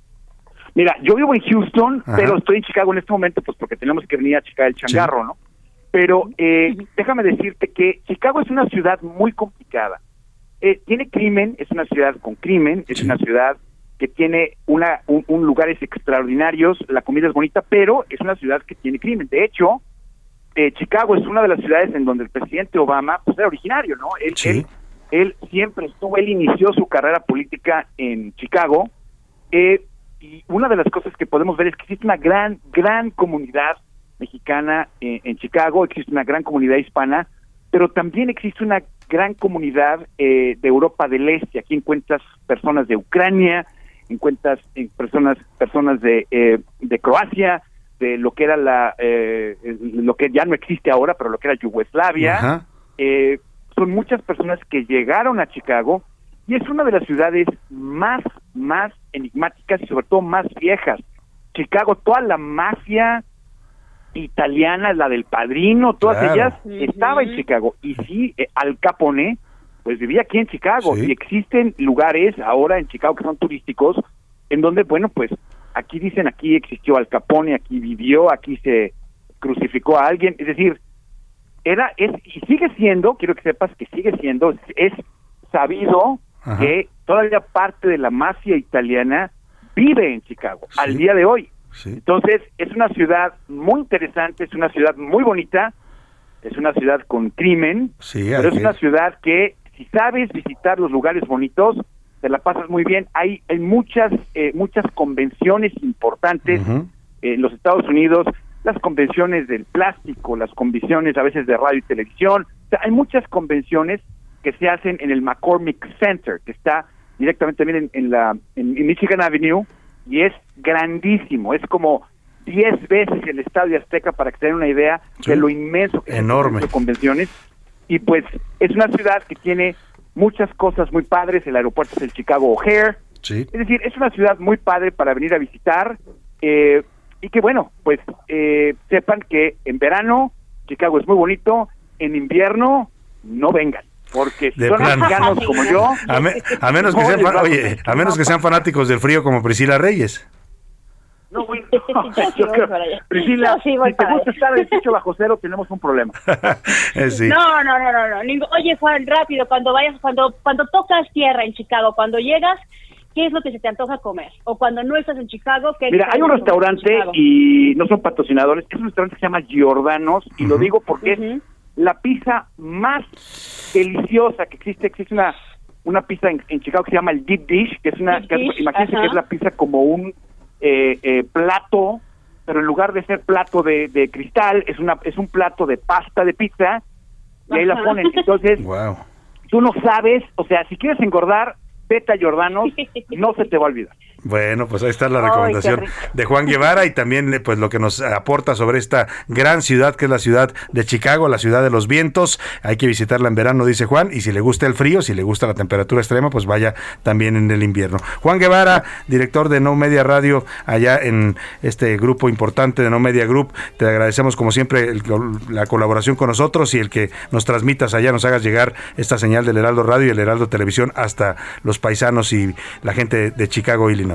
Mira, yo vivo en Houston, Ajá. pero estoy en Chicago en este momento, pues porque tenemos que venir a checar el changarro, sí. ¿no? Pero eh, déjame decirte que Chicago es una ciudad muy complicada. Eh, tiene crimen, es una ciudad con crimen, es sí. una ciudad que tiene una un, un lugares extraordinarios, la comida es bonita, pero es una ciudad que tiene crimen. De hecho, eh, Chicago es una de las ciudades en donde el presidente Obama pues era originario, ¿no? Él, sí. él, él siempre estuvo, él inició su carrera política en Chicago, eh, y una de las cosas que podemos ver es que existe una gran, gran comunidad mexicana eh, en Chicago, existe una gran comunidad hispana, pero también existe una gran comunidad eh, de Europa del Este. Aquí encuentras personas de Ucrania, encuentras eh, personas personas de eh, de Croacia, de lo que era la eh, lo que ya no existe ahora, pero lo que era Yugoslavia. Eh, son muchas personas que llegaron a Chicago y es una de las ciudades más más enigmáticas y sobre todo más viejas. Chicago, toda la mafia italiana, la del Padrino, todas claro. ellas uh-huh. estaba en Chicago. Y sí, eh, Al Capone, pues vivía aquí en Chicago. Sí. Y existen lugares ahora en Chicago que son turísticos, en donde, bueno, pues aquí dicen, aquí existió Al Capone, aquí vivió, aquí se crucificó a alguien. Es decir, era, es, y sigue siendo, quiero que sepas que sigue siendo, es sabido Ajá. que todavía parte de la mafia italiana vive en Chicago, sí. al día de hoy. Sí. Entonces, es una ciudad muy interesante, es una ciudad muy bonita, es una ciudad con crimen, sí, pero es una ciudad que, si sabes visitar los lugares bonitos, te la pasas muy bien. Hay, hay muchas eh, muchas convenciones importantes uh-huh. en los Estados Unidos, las convenciones del plástico, las convenciones a veces de radio y televisión. O sea, hay muchas convenciones que se hacen en el McCormick Center, que está directamente también en, en la en, en Michigan Avenue, y es grandísimo, es como diez veces el Estadio Azteca, para que se den una idea sí. de lo inmenso que enorme es convenciones. Y pues es una ciudad que tiene muchas cosas muy padres. El aeropuerto es el Chicago O'Hare, sí. es decir, es una ciudad muy padre para venir a visitar, eh, y que bueno, pues eh, sepan que en verano Chicago es muy bonito, en invierno no vengan, porque si son mexicanos como yo, a, me, a menos que sean fan, oye, a menos que sean fanáticos del frío como Priscila Reyes. No, güey, no, yo creo, Priscila, sí, si te gusta estar dieciocho bajo cero, tenemos un problema. sí. No, no, no, no, no. Oye, Juan, rápido, cuando vayas, cuando cuando tocas tierra en Chicago, cuando llegas, ¿qué es lo que se te antoja comer? O cuando no estás en Chicago, ¿qué? Mira, hay un restaurante, y no son patrocinadores, es un restaurante que se llama Giordano's, y uh-huh. lo digo porque uh-huh. es la pizza más deliciosa que existe. Existe una una pizza en, en Chicago que se llama el Deep Dish, que es una, que es, imagínense Ajá. que es la pizza como un eh, eh, plato, pero en lugar de ser plato de, de cristal, es una es un plato de pasta de pizza, y ahí Ajá. la ponen. Entonces, wow. tú no sabes, o sea, si quieres engordar, vete a Giordano's, no se te va a olvidar. Bueno, pues ahí está la recomendación Ay, de Juan Guevara, y también pues lo que nos aporta sobre esta gran ciudad que es la ciudad de Chicago, la ciudad de los vientos. Hay que visitarla en verano, dice Juan, y si le gusta el frío, si le gusta la temperatura extrema, pues vaya también en el invierno. Juan Guevara, director de No Media Radio, allá en este grupo importante de No Media Group, te agradecemos como siempre el, la colaboración con nosotros y el que nos transmitas allá, nos hagas llegar esta señal del Heraldo Radio y el Heraldo Televisión hasta los paisanos y la gente de Chicago, Illinois.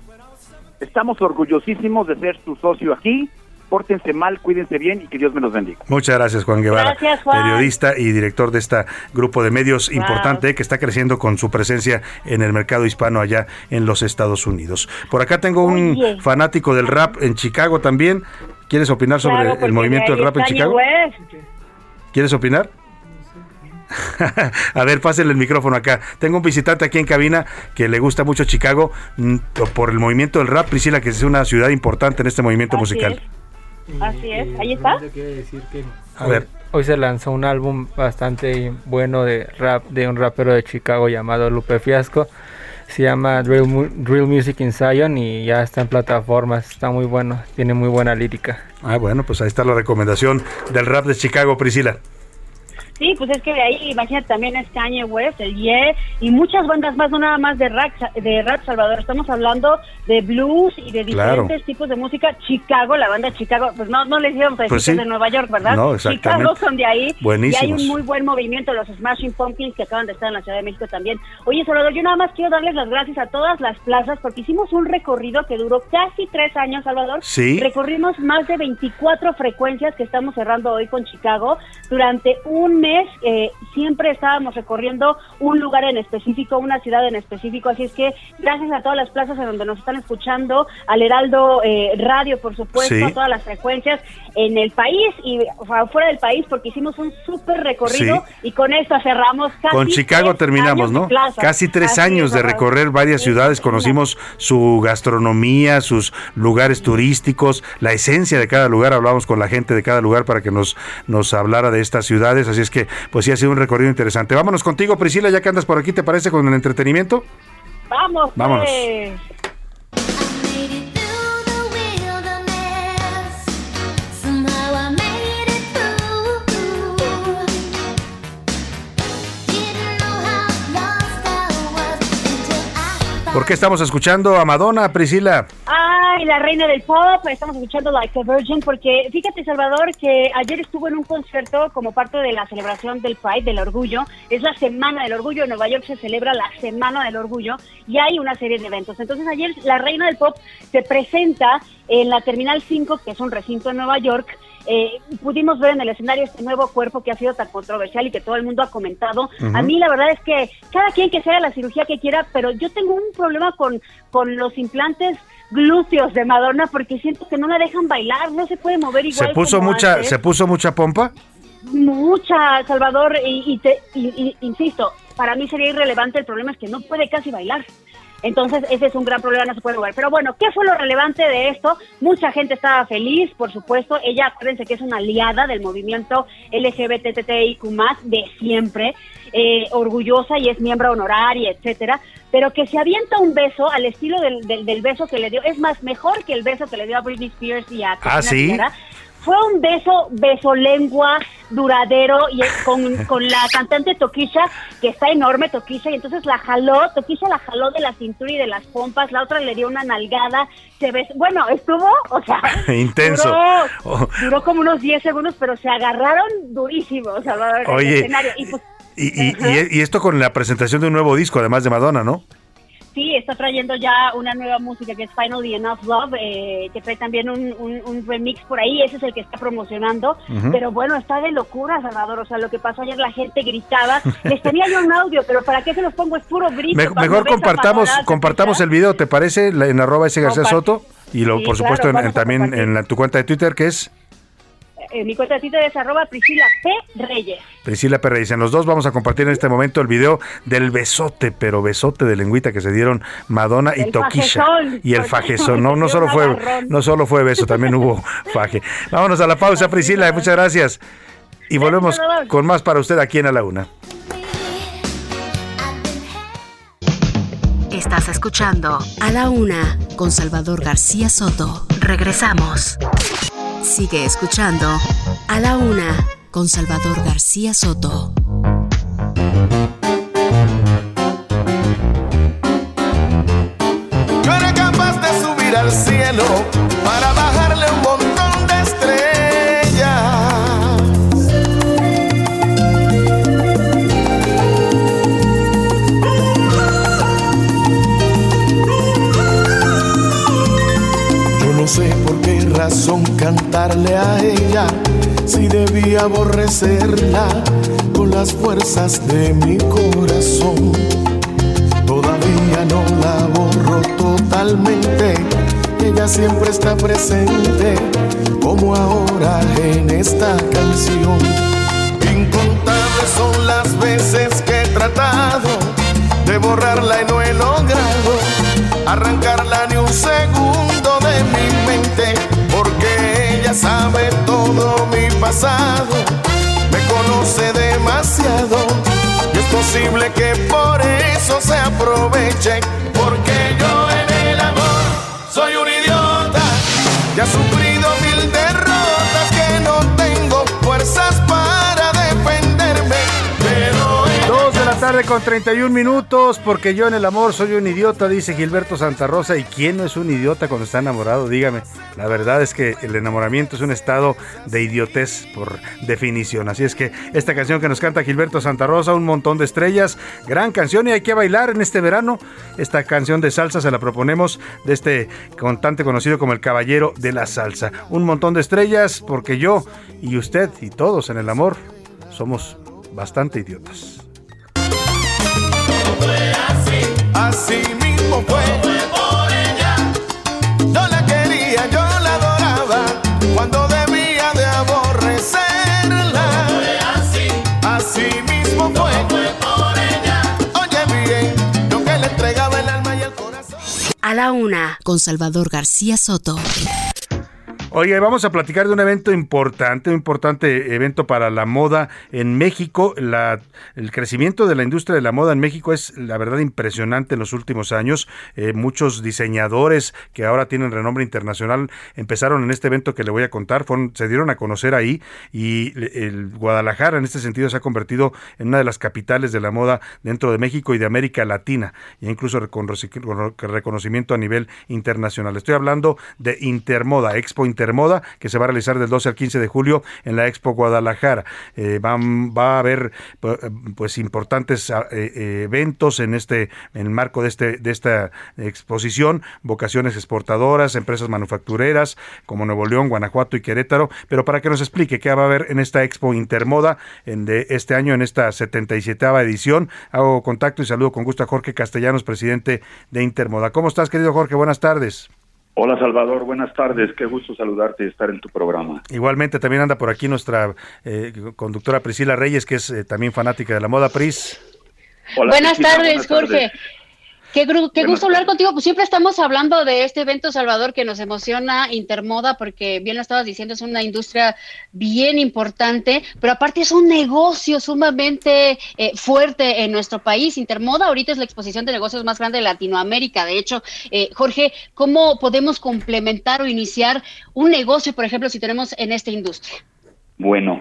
Estamos orgullosísimos de ser su socio aquí. Pórtense mal, cuídense bien y que Dios me los bendiga. Muchas gracias, Juan Guevara, gracias, Juan. periodista y director de este grupo de medios wow. importante que está creciendo con su presencia en el mercado hispano allá en los Estados Unidos. Por acá tengo un Oye. fanático del rap en Chicago también. ¿Quieres opinar sobre claro, el movimiento del rap en Chicago? West. ¿Quieres opinar? A ver, pásenle el micrófono acá. Tengo un visitante aquí en cabina que le gusta mucho Chicago por el movimiento del rap, Priscila, que es una ciudad importante en este movimiento Así musical. Es. Así es, ahí está. A ver. Hoy se lanzó un álbum bastante bueno de rap de un rapero de Chicago llamado Lupe Fiasco. Se llama Drill, Drill Music in Zion y ya está en plataformas. Está muy bueno, tiene muy buena lírica. Ah, bueno, pues ahí está la recomendación del rap de Chicago, Priscila. Sí, pues es que de ahí, imagínate, también es Kanye West, el Ye, y muchas bandas más, no nada más de rap, de rap, Salvador. Estamos hablando de blues y de diferentes claro. tipos de música. Chicago, la banda Chicago, pues no, no les íbamos a decir pues sí. que es de Nueva York, ¿verdad? No, Chicago son de ahí. Buenísimos. Y hay un muy buen movimiento, los Smashing Pumpkins, que acaban de estar en la Ciudad de México también. Oye, Salvador, yo nada más quiero darles las gracias a todas las plazas, porque hicimos un recorrido que duró casi tres años, Salvador. Sí. Recorrimos más de veinticuatro frecuencias que estamos cerrando hoy con Chicago. Durante un mes eh, siempre estábamos recorriendo un lugar en específico, una ciudad en específico, así es que gracias a todas las plazas en donde nos están escuchando, al Heraldo eh, Radio, por supuesto, sí. a todas las frecuencias en el país y fuera del país, porque hicimos un súper recorrido sí. y con esto cerramos casi con Chicago terminamos, ¿no? Casi tres casi años de recorrer varias sí, ciudades, conocimos su gastronomía, sus lugares turísticos, la esencia de cada lugar, hablamos con la gente de cada lugar para que nos, nos hablara de estas ciudades, así es que pues sí ha sido un recorrido interesante. Vámonos contigo, Priscila, ya que andas por aquí, ¿te parece con el entretenimiento? Vamos, vámonos. Pues. ¿Por qué estamos escuchando a Madonna, Priscila? Ay, la reina del pop, estamos escuchando Like a Virgin, porque fíjate, Salvador, que ayer estuvo en un concierto como parte de la celebración del Pride, del Orgullo. Es la Semana del Orgullo, en Nueva York se celebra la Semana del Orgullo y hay una serie de eventos. Entonces ayer la reina del pop se presenta en la Terminal cinco, que es un recinto en Nueva York. Eh, pudimos ver en el escenario este nuevo cuerpo que ha sido tan controversial y que todo el mundo ha comentado. Uh-huh. A mí la verdad es que cada quien que se haga la cirugía que quiera, pero yo tengo un problema con, con los implantes glúteos de Madonna, porque siento que no la dejan bailar, no se puede mover igual. ¿Se puso mucha, antes. ¿Se puso mucha pompa? Mucha, Salvador, y, y, te, y, y insisto, para mí sería irrelevante, el problema es que no puede casi bailar. Entonces ese es un gran problema, no se puede mover. Pero bueno, ¿qué fue lo relevante de esto? Mucha gente estaba feliz, por supuesto. Ella, acuérdense que es una aliada del movimiento L G B T T I Q más, de siempre, eh, orgullosa y es miembro honoraria, etcétera, pero que se avienta un beso al estilo del, del, del beso que le dio, es más, mejor que el beso que le dio a Britney Spears y a Cristina ¿Ah, sí? Aguilera. Fue un beso, beso lengua, duradero, y con, con la cantante Tokisha, que está enorme, Tokisha, y entonces la jaló, Tokisha la jaló de la cintura y de las pompas, la otra le dio una nalgada, se besó, bueno, estuvo, o sea, intenso. Duró, oh. duró como unos diez segundos, pero se agarraron durísimo, Salvador, en Oye, el escenario. Y, pues, y, y, y, y esto con la presentación de un nuevo disco, además de Madonna, ¿no? Sí, está trayendo ya una nueva música que es Finally Enough Love, eh, que trae también un, un, un remix por ahí, ese es el que está promocionando, uh-huh. pero bueno, está de locura, Salvador, o sea, lo que pasó ayer, la gente gritaba, les tenía yo un audio, pero ¿para qué se los pongo? Es puro grito. Me, mejor compartamos compartamos el video, ¿te parece? En arroba ese García Soto, y lo, sí, por supuesto claro, en, en, también en la, tu cuenta de Twitter, que es... Eh, mi cuenta de Twitter es arroba Priscila P. Reyes. Priscila P. Reyes. En los dos vamos a compartir en este momento el video del besote, pero besote de lengüita que se dieron Madonna y Tokisha. Y el fajezón. No, no solo fue, no solo fue beso, también hubo faje. Vámonos a la pausa, Priscila. Muchas gracias. Y volvemos con más para usted aquí en A la Una. Estás escuchando A la Una con Salvador García Soto. Regresamos. Sigue escuchando A la Una con Salvador García Soto. Yo era capaz de subir al cielo para bajarle un montón de estrellas. Yo no sé por qué razón cantarle a ella, si debía aborrecerla con las fuerzas de mi corazón. Todavía no la borro totalmente, ella siempre está presente, como ahora en esta canción. Incontables son las veces que he tratado de borrarla y no he logrado arrancarla ni un segundo de mi mente, porque ella sabe todo mi pasado, me conoce demasiado, y es posible que por eso se aproveche, porque yo en el amor soy un idiota, que ha sufrido mil derrotas, que no tengo fuerzas para defenderme, tarde con treinta y un minutos, porque yo en el amor soy un idiota, dice Gilberto Santa Rosa. ¿Y quién no es un idiota cuando está enamorado? Dígame. La verdad es que el enamoramiento es un estado de idiotez por definición. Así es que esta canción que nos canta Gilberto Santa Rosa, Un montón de estrellas, gran canción y hay que bailar en este verano. Esta canción de salsa se la proponemos de este cantante conocido como el Caballero de la Salsa. Un montón de estrellas, porque yo y usted y todos en el amor somos bastante idiotas. Fue así, así mismo fue. Fue por ella. Yo la quería, yo la adoraba, cuando debía de aborrecerla. Fue así, así mismo fue. Fue por ella. Oye bien, yo que le entregaba el alma y el corazón. A la una, con Salvador García Soto. Oye, vamos a platicar de un evento importante, un importante evento para la moda en México. La, el crecimiento de la industria de la moda en México es, la verdad, impresionante en los últimos años. Eh, muchos diseñadores que ahora tienen renombre internacional empezaron en este evento que le voy a contar, fueron, se dieron a conocer ahí, y el Guadalajara en este sentido se ha convertido en una de las capitales de la moda dentro de México y de América Latina, e incluso con reconocimiento a nivel internacional. Estoy hablando de Intermoda, Expo Intermoda. Intermoda, que se va a realizar del doce al quince de julio en la Expo Guadalajara. Eh, va, va a haber pues importantes eh, eventos en este en el marco de este de esta exposición, vocaciones exportadoras, empresas manufactureras como Nuevo León, Guanajuato y Querétaro. Pero para que nos explique qué va a haber en esta Expo Intermoda en de este año, en esta setenta y sietava edición, hago contacto y saludo con gusto a Jorge Castellanos, presidente de Intermoda. ¿Cómo estás, querido Jorge? Buenas tardes. Hola Salvador, buenas tardes, qué gusto saludarte y estar en tu programa. Igualmente también anda por aquí nuestra eh, conductora Priscila Reyes, que es eh, también fanática de la moda. Pris. Hola, buenas Priscila, tardes, buenas Jorge. Tardes. Qué, gru- qué gusto hablar contigo. Pues siempre estamos hablando de este evento, Salvador, que nos emociona, Intermoda, porque bien lo estabas diciendo, es una industria bien importante, pero aparte es un negocio sumamente eh, fuerte en nuestro país. Intermoda ahorita es la exposición de negocios más grande de Latinoamérica. De hecho, eh, Jorge, ¿cómo podemos complementar o iniciar un negocio, por ejemplo, si tenemos en esta industria? Bueno,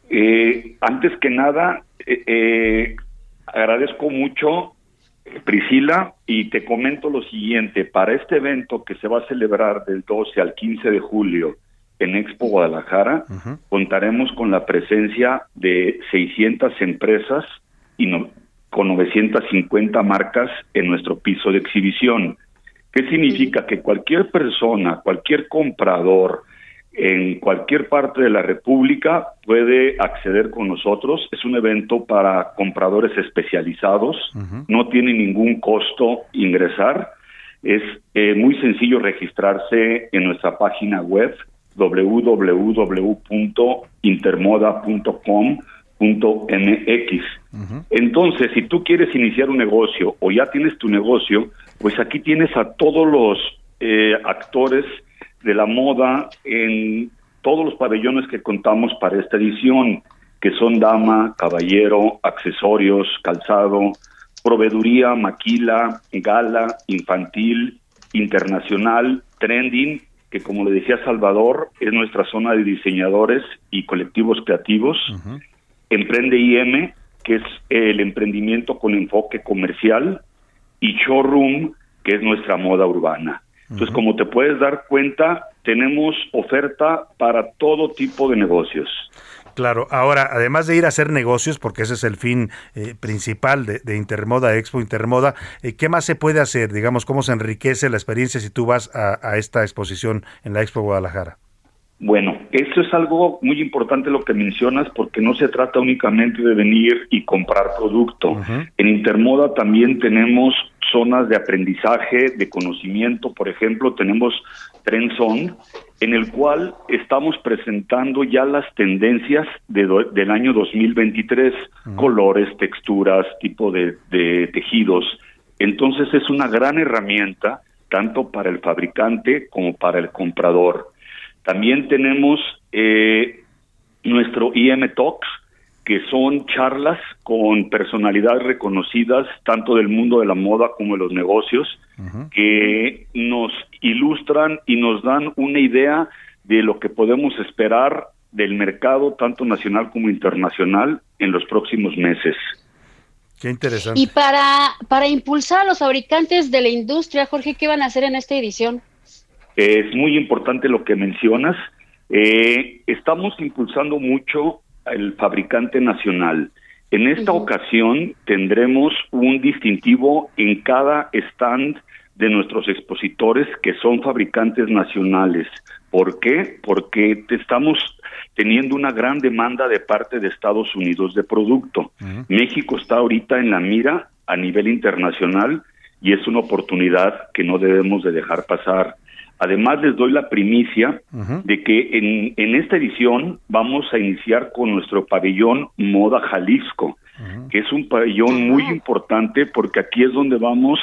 eh, antes que nada, eh, eh, agradezco mucho, Priscila, y te comento lo siguiente: para este evento que se va a celebrar del doce al quince de julio en Expo Guadalajara, uh-huh. contaremos con la presencia de seiscientas empresas y no, con novecientas cincuenta marcas en nuestro piso de exhibición. ¿Qué significa? Uh-huh. Que cualquier persona, cualquier comprador en cualquier parte de la República puede acceder con nosotros. Es un evento para compradores especializados, uh-huh. no tiene ningún costo ingresar, es eh, muy sencillo registrarse en nuestra página web doble u doble u doble u punto intermoda punto com punto m x. Uh-huh. Entonces, si tú quieres iniciar un negocio o ya tienes tu negocio, pues aquí tienes a todos los eh, actores de la moda en todos los pabellones que contamos para esta edición, que son dama, caballero, accesorios, calzado, proveeduría, maquila, gala, infantil, internacional, trending, que como le decía Salvador, es nuestra zona de diseñadores y colectivos creativos, uh-huh. Emprende I M, que es el emprendimiento con enfoque comercial, y Showroom, que es nuestra moda urbana. Entonces, uh-huh. como te puedes dar cuenta, tenemos oferta para todo tipo de negocios. Claro, ahora, además de ir a hacer negocios, porque ese es el fin eh, principal de, de Intermoda, Expo Intermoda, eh, ¿qué más se puede hacer? Digamos, ¿cómo se enriquece la experiencia si tú vas a, a esta exposición en la Expo Guadalajara? Bueno, eso es algo muy importante lo que mencionas, porque no se trata únicamente de venir y comprar producto. Uh-huh. En Intermoda también tenemos zonas de aprendizaje, de conocimiento. Por ejemplo, tenemos Trend Zone, en el cual estamos presentando ya las tendencias de do, del año dos mil veintitrés, uh-huh. colores, texturas, tipo de, de tejidos. Entonces es una gran herramienta tanto para el fabricante como para el comprador. También tenemos eh, nuestro I M Talks, que son charlas con personalidades reconocidas tanto del mundo de la moda como de los negocios, uh-huh. que nos ilustran y nos dan una idea de lo que podemos esperar del mercado tanto nacional como internacional en los próximos meses. Qué interesante. Y para, para impulsar a los fabricantes de la industria, Jorge, ¿qué van a hacer en esta edición? Es muy importante lo que mencionas. Eh, estamos impulsando mucho el fabricante nacional. En esta uh-huh. ocasión tendremos un distintivo en cada stand de nuestros expositores que son fabricantes nacionales. ¿Por qué? Porque estamos teniendo una gran demanda de parte de Estados Unidos de producto. Uh-huh. México está ahorita en la mira a nivel internacional y es una oportunidad que no debemos de dejar pasar. Además, les doy la primicia uh-huh. de que en, en esta edición vamos a iniciar con nuestro pabellón Moda Jalisco, uh-huh. que es un pabellón muy importante porque aquí es donde vamos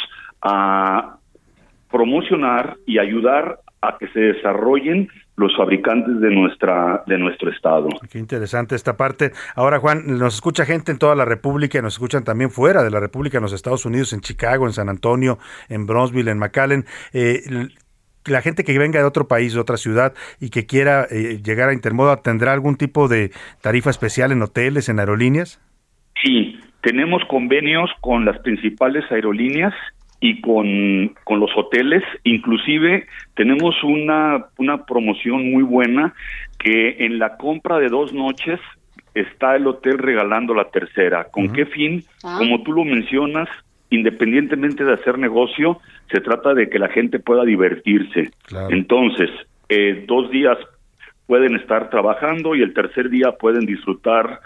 a promocionar y ayudar a que se desarrollen los fabricantes de nuestra de nuestro estado. Qué interesante esta parte. Ahora, Juan, nos escucha gente en toda la República y nos escuchan también fuera de la República, en los Estados Unidos, en Chicago, en San Antonio, en Bronzeville, en McAllen. Eh, la gente que venga de otro país, de otra ciudad y que quiera eh, llegar a Intermoda, ¿tendrá algún tipo de tarifa especial en hoteles, en aerolíneas? Sí, tenemos convenios con las principales aerolíneas y con, con los hoteles. Inclusive tenemos una, una promoción muy buena que en la compra de dos noches está el hotel regalando la tercera. ¿Con uh-huh. qué fin? Ah. Como tú lo mencionas, independientemente de hacer negocio, se trata de que la gente pueda divertirse. Claro. Entonces, eh, dos días pueden estar trabajando y el tercer día pueden disfrutar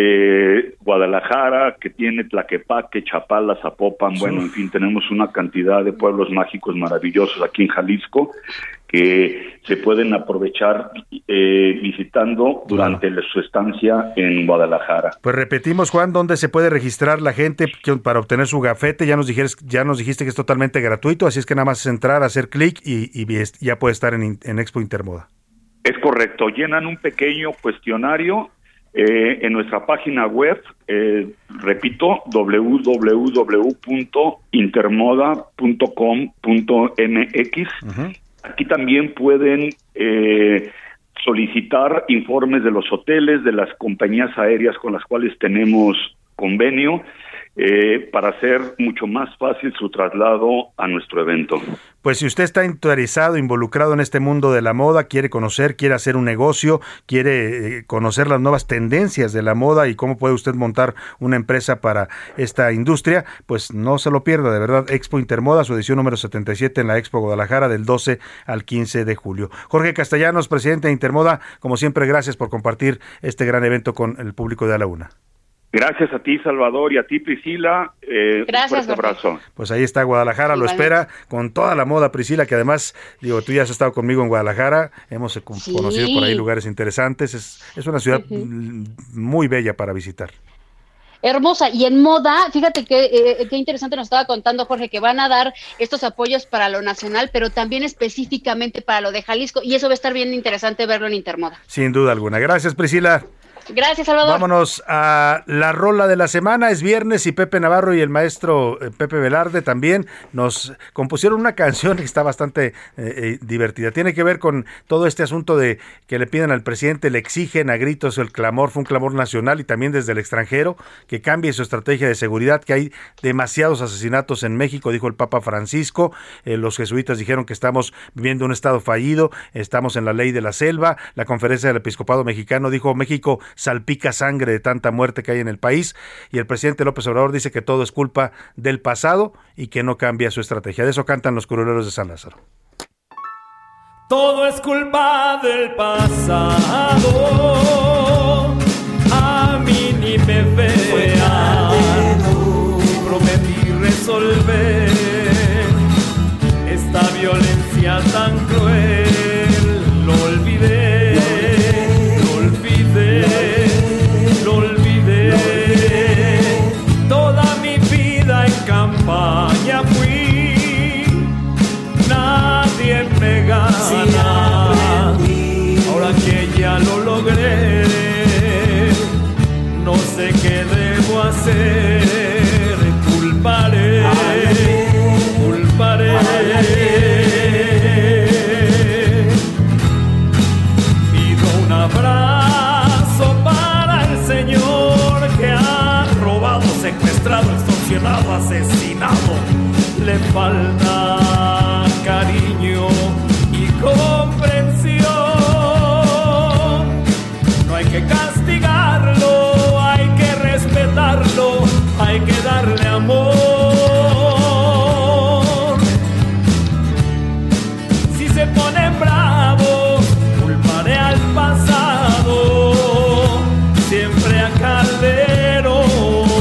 de Guadalajara, que tiene Tlaquepaque, Chapala, Zapopan, sí. Bueno, en fin, tenemos una cantidad de pueblos mágicos maravillosos aquí en Jalisco que se pueden aprovechar eh, visitando durante claro. su estancia en Guadalajara. Pues repetimos, Juan, ¿dónde se puede registrar la gente para obtener su gafete? Ya nos dijiste, ya nos dijiste que es totalmente gratuito, así es que nada más es entrar, hacer clic y, y ya puede estar en, en Expo Intermoda. Es correcto, llenan un pequeño cuestionario Eh, en nuestra página web, eh, repito, doble u doble u doble u punto intermoda punto com punto m x. Uh-huh. Aquí también pueden eh, solicitar informes de los hoteles, de las compañías aéreas con las cuales tenemos convenio, eh, para hacer mucho más fácil su traslado a nuestro evento. Pues si usted está interesado, involucrado en este mundo de la moda, quiere conocer, quiere hacer un negocio, quiere eh, conocer las nuevas tendencias de la moda y cómo puede usted montar una empresa para esta industria, pues no se lo pierda, de verdad. Expo Intermoda, su edición número setenta y siete en la Expo Guadalajara, del doce al quince de julio. Jorge Castellanos, presidente de Intermoda, como siempre, gracias por compartir este gran evento con el público de A la Una. Gracias a ti, Salvador, y a ti, Priscila. Eh, Gracias, un fuerte abrazo. Pues ahí está Guadalajara, lo espera con toda la moda, Priscila, que además, digo, tú ya has estado conmigo en Guadalajara, hemos sí. conocido por ahí lugares interesantes, es, es una ciudad uh-huh. muy bella para visitar. Hermosa, y en moda, fíjate que eh, qué interesante nos estaba contando Jorge, que van a dar estos apoyos para lo nacional, pero también específicamente para lo de Jalisco, y eso va a estar bien interesante verlo en Intermoda. Sin duda alguna. Gracias, Priscila. Gracias, Salvador. Vámonos a la rola de la semana. Es viernes y Pepe Navarro y el maestro Pepe Velarde también nos compusieron una canción que está bastante eh, eh, divertida. Tiene que ver con todo este asunto de que le piden al presidente, le exigen a gritos el clamor, fue un clamor nacional y también desde el extranjero, que cambie su estrategia de seguridad, que hay demasiados asesinatos en México, dijo el Papa Francisco. Eh, los jesuitas dijeron que estamos viviendo un estado fallido, estamos en la ley de la selva. La Conferencia del Episcopado Mexicano dijo: México salpica sangre de tanta muerte que hay en el país, y el presidente López Obrador dice que todo es culpa del pasado y que no cambia su estrategia. De eso cantan los curuleros de San Lázaro. Todo es culpa del pasado, a mí ni me vean, prometí resolver esta violencia tan cruel, lo olvidé. Lo olvidé, toda mi vida en campaña fui, nadie me gana, ahora que ya lo logré, encarcelado, asesinado, le falta cariño y comprensión. No hay que castigarlo, hay que respetarlo, hay que darle amor. Si se pone bravo, culparé al pasado, siempre a Calderón.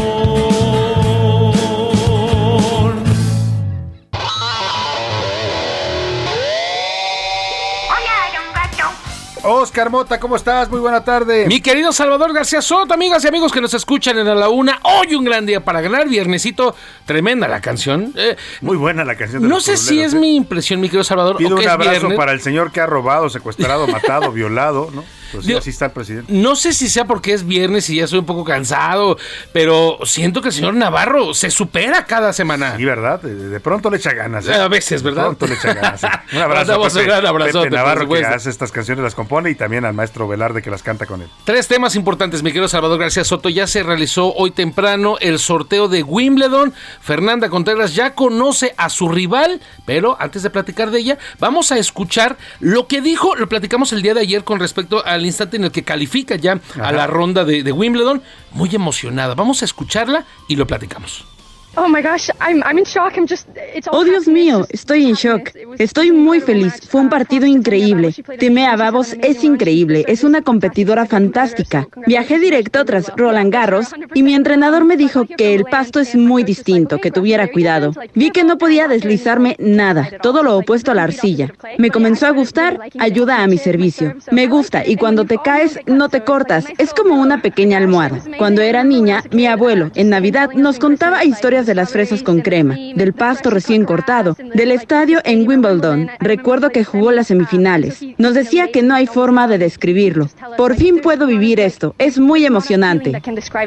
Oscar Mota, ¿cómo estás? Muy buena tarde. Mi querido Salvador García Soto, amigas y amigos que nos escuchan en A la Una. Hoy un gran día para ganar, viernesito. Tremenda la canción. Eh, Muy buena la canción. De no sé si es ¿eh? mi impresión, mi querido Salvador. Pido o que un es abrazo viernes. para el señor que ha robado, secuestrado, matado, violado, ¿no? Pues sí, así está el presidente. No sé si sea porque es viernes y ya estoy un poco cansado, pero siento que el señor Navarro se supera cada semana. Sí, ¿verdad? De, de pronto le echa ganas. ¿eh? A veces, ¿verdad? De pronto le echa ganas. ¿eh? Un abrazo a Pepe, un gran abrazo Pepe Navarro, que hace estas canciones, las compone, y también al maestro Velarde, que las canta con él. Tres temas importantes, mi querido Salvador García Soto. Ya se realizó hoy temprano el sorteo de Wimbledon. Fernanda Contreras ya conoce a su rival, pero antes de platicar de ella, vamos a escuchar lo que dijo, lo platicamos el día de ayer con respecto al instante en el que califica ya Ajá. a la ronda de, de Wimbledon. Muy emocionada. Vamos a escucharla y lo platicamos. Oh my gosh, I'm, I'm in shock. I'm just, it's all oh Dios mío, estoy en shock. Estoy muy feliz. Fue un partido increíble. Timea Babos es increíble. Es una competidora fantástica. Viajé directo tras Roland Garros y mi entrenador me dijo que el pasto es muy distinto, que tuviera cuidado. Vi que no podía deslizarme nada, todo lo opuesto a la arcilla. Me comenzó a gustar, ayuda a mi servicio. Me gusta y cuando te caes no te cortas. Es como una pequeña almohada. Cuando era niña, mi abuelo en Navidad nos contaba historias de las fresas con crema, del pasto recién cortado, del estadio en Wimbledon. Recuerdo que jugó las semifinales. Nos decía que no hay forma de describirlo. Por fin puedo vivir esto. Es muy emocionante.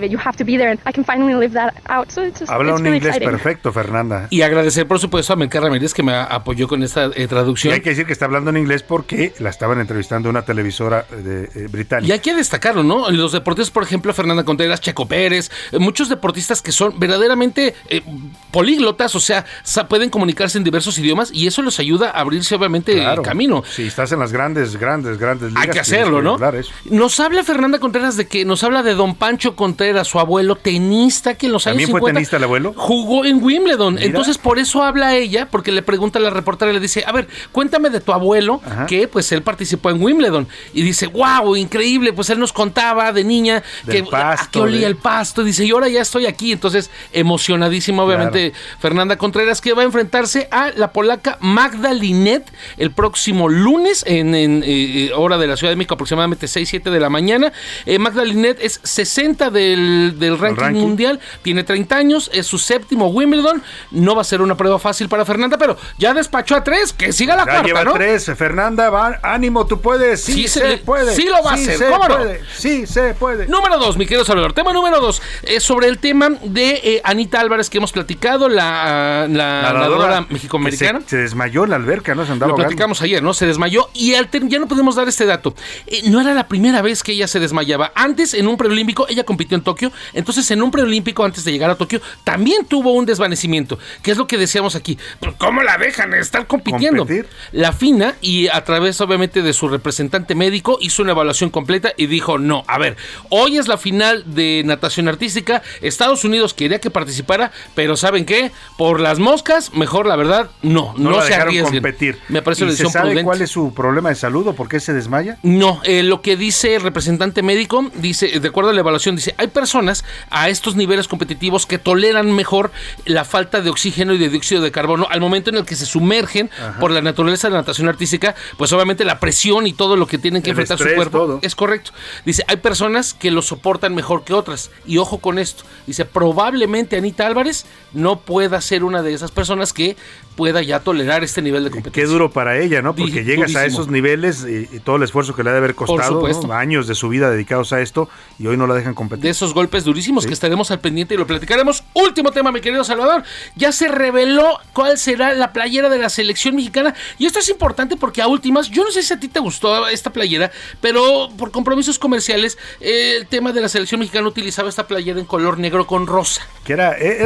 Habla un inglés perfecto, Fernanda. Y agradecer, por supuesto, a Melcar Ramírez, que me apoyó con esta eh, traducción. Y hay que decir que está hablando en inglés porque la estaban entrevistando en una televisora de, eh, británica. Y hay que destacarlo, ¿no? Los deportistas, por ejemplo, Fernanda Contreras, Checo Pérez, eh, muchos deportistas que son verdaderamente eh, políglotas, o sea, pueden comunicarse en diversos idiomas y eso les ayuda a abrirse obviamente claro. el camino. Si estás en las grandes, grandes, grandes ligas, hay que hacerlo, que ¿no? Nos habla Fernanda Contreras de que nos habla de don Pancho Contreras, su abuelo tenista, que en los años ¿También cincuenta fue tenista el abuelo? Jugó en Wimbledon. Mira. Entonces por eso habla ella, porque le pregunta a la reportera, le dice, a ver, cuéntame de tu abuelo, Ajá. que pues él participó en Wimbledon. Y dice, wow, increíble, pues él nos contaba de niña Del que, pasto, que olía de... el pasto. Dice, y ahora ya estoy aquí. Entonces, emocionadísima, obviamente, claro. Fernanda Contreras, que va a enfrentarse a la polaca Magda Linette el próximo lunes en, en eh, hora de la Ciudad de México, aproximadamente seis, siete de la mañana. Eh, Magda Linette es sesenta del, del ranking, ranking mundial, tiene treinta años, es su séptimo Wimbledon. No va a ser una prueba fácil para Fernanda, pero ya despachó a tres, que siga la ya cuarta, lleva ¿no? tres, Fernanda, va, ánimo, tú puedes, sí, sí se, se puede. Sí lo va sí a hacer, se ¿cómo puede, no? Sí se puede. Número dos, mi querido Salvador. Tema número dos, eh, sobre el tema de eh, Anita Álvarez, que hemos platicado, la, la nadadora mexicoamericana. Se, se desmayó en la alberca, ¿no? Se andaba Lo platicamos ahogando. ayer, ¿no? Se desmayó y al ter- ya no podemos dar este dato. Eh, no era la primera vez que ella se desmayaba. Antes, en un preolímpico, ella compitió en Tokio. Entonces, en un preolímpico, antes de llegar a Tokio, también tuvo un desvanecimiento. Que es lo que decíamos aquí. ¿Pero cómo la dejan estar compitiendo? ¿Competir? La FINA, y a través, obviamente, de su representante médico, hizo una evaluación completa y dijo, no, a ver, hoy es la final de natación artística. Estados Unidos quería que participara, pero ¿saben qué? Por las moscas, mejor la verdad, no, no, no se arriesguen. Competir. Me parece una decisión decisión prudente. prudente. ¿Cuál es su problema de salud o por qué se desmaya? No, eh, lo que dice el representante médico, dice, de acuerdo a la evaluación, dice, hay personas a estos niveles competitivos que toleran mejor la falta de oxígeno y de dióxido de carbono al momento en el que se sumergen. Ajá. Por la naturaleza de la natación artística, pues obviamente la presión y todo lo que tienen que el enfrentar estrés, su cuerpo, todo. Es correcto. Dice, hay personas que lo soportan mejor que otras, y ojo con esto, dice, probablemente Anita Álvarez no pueda ser una de esas personas que pueda ya tolerar este nivel de competencia. Qué duro para ella, ¿no? Porque Dije, llegas durísimo. a esos niveles y, y todo el esfuerzo que le ha de haber costado, ¿no? Años de su vida dedicados a esto, y hoy no la dejan competir. De esos golpes durísimos, sí, que estaremos al pendiente y lo platicaremos. Último tema, mi querido Salvador. Ya se reveló cuál será la playera de la selección mexicana, y esto es importante porque a últimas, yo no sé si a ti te gustó esta playera, pero por compromisos comerciales, eh, el tema de la selección mexicana utilizaba esta playera en color negro con rosa. Que era, era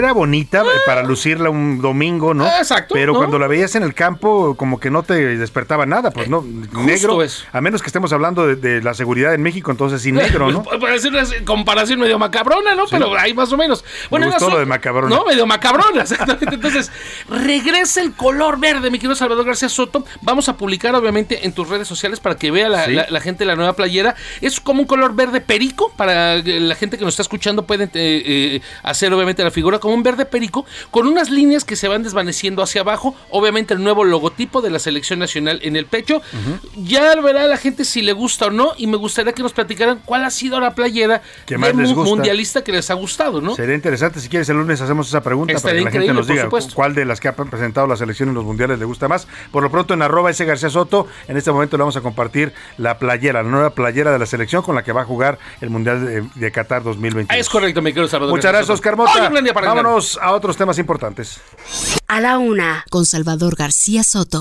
era bonita ah. para lucirla un domingo, ¿no? Ah, exacto. Pero ¿no? cuando la veías en el campo, como que no te despertaba nada, pues no, Justo negro, eso. a menos que estemos hablando de, de la seguridad en México, entonces sí negro, ¿no? Para hacer una comparación medio macabrona, ¿no? Sí. Pero ahí más o menos. Bueno, me gustó so- lo de macabrona. No, medio macabrona, exactamente. Entonces, regresa el color verde, mi querido Salvador García Soto. Vamos a publicar, obviamente, en tus redes sociales para que vea la, ¿sí? la, la gente la nueva playera. Es como un color verde perico, para la gente que nos está escuchando pueden eh, eh, hacer, obviamente, la figura como un verde perico, con unas líneas que se van desvaneciendo hacia abajo. Obviamente, el nuevo logotipo de la selección nacional en el pecho. Uh-huh. Ya verá la gente si le gusta o no, y me gustaría que nos platicaran cuál ha sido la playera que más les gusta, mundialista que les ha gustado, ¿no? Sería interesante, si quieres el lunes hacemos esa pregunta. Estaría para que la gente nos diga cuál de las que ha presentado la selección en los mundiales le gusta más. Por lo pronto en arroba ese García Soto, en este momento le vamos a compartir la playera, la nueva playera de la selección con la que va a jugar el Mundial de, de Qatar dos mil veintidós. Es correcto, mi querido Salvador. Muchas gracias, Oscar Mota. Vámonos a otros temas importantes. A la una, con Salvador García Soto.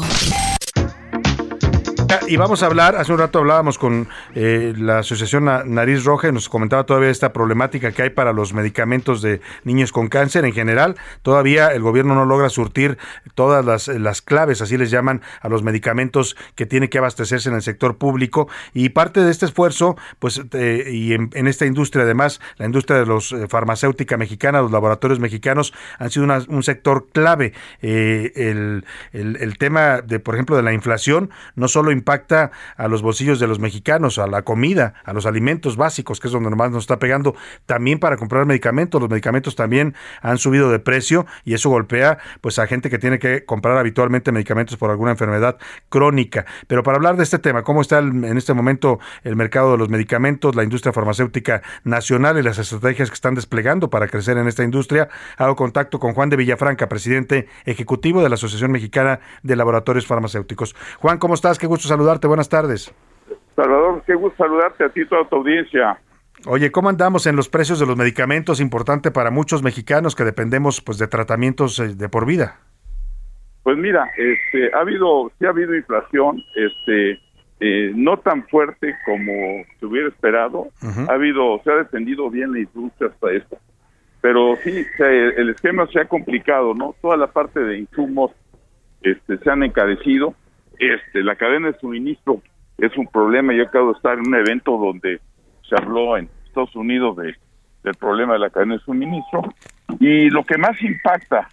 Y vamos a hablar, hace un rato hablábamos con eh, la Asociación Nariz Roja y nos comentaba todavía esta problemática que hay para los medicamentos de niños con cáncer en general. Todavía el gobierno no logra surtir todas las, las claves, así les llaman, a los medicamentos que tiene que abastecerse en el sector público, y parte de este esfuerzo, pues, eh, y en, en esta industria además, la industria de los eh, farmacéutica mexicana, los laboratorios mexicanos, han sido una, un sector clave. Eh, el, el, el tema de, por ejemplo, de la inflación, no solo impacta a los bolsillos de los mexicanos, a la comida, a los alimentos básicos, que es donde más nos está pegando, también para comprar medicamentos. Los medicamentos también han subido de precio y eso golpea pues a gente que tiene que comprar habitualmente medicamentos por alguna enfermedad crónica. Pero para hablar de este tema, ¿cómo está el, en este momento el mercado de los medicamentos, la industria farmacéutica nacional y las estrategias que están desplegando para crecer en esta industria? Hago contacto con Juan de Villafranca, presidente ejecutivo de la Asociación Mexicana de Laboratorios Farmacéuticos. Juan, ¿cómo estás? Qué gusto saludarte, buenas tardes. Salvador, qué gusto saludarte a ti y a toda tu audiencia. Oye, ¿cómo andamos en los precios de los medicamentos? Importante para muchos mexicanos que dependemos pues de tratamientos de por vida. Pues mira, este, ha habido, sí ha habido inflación, este, eh, no tan fuerte como se hubiera esperado. Uh-huh. Ha habido, se ha defendido bien la industria hasta esto, pero sí, se, el esquema se ha complicado, ¿no? Toda la parte de insumos, este, se han encarecido. Este, la cadena de suministro es un problema. Yo acabo de estar en un evento donde se habló en Estados Unidos de, del problema de la cadena de suministro, y lo que más impacta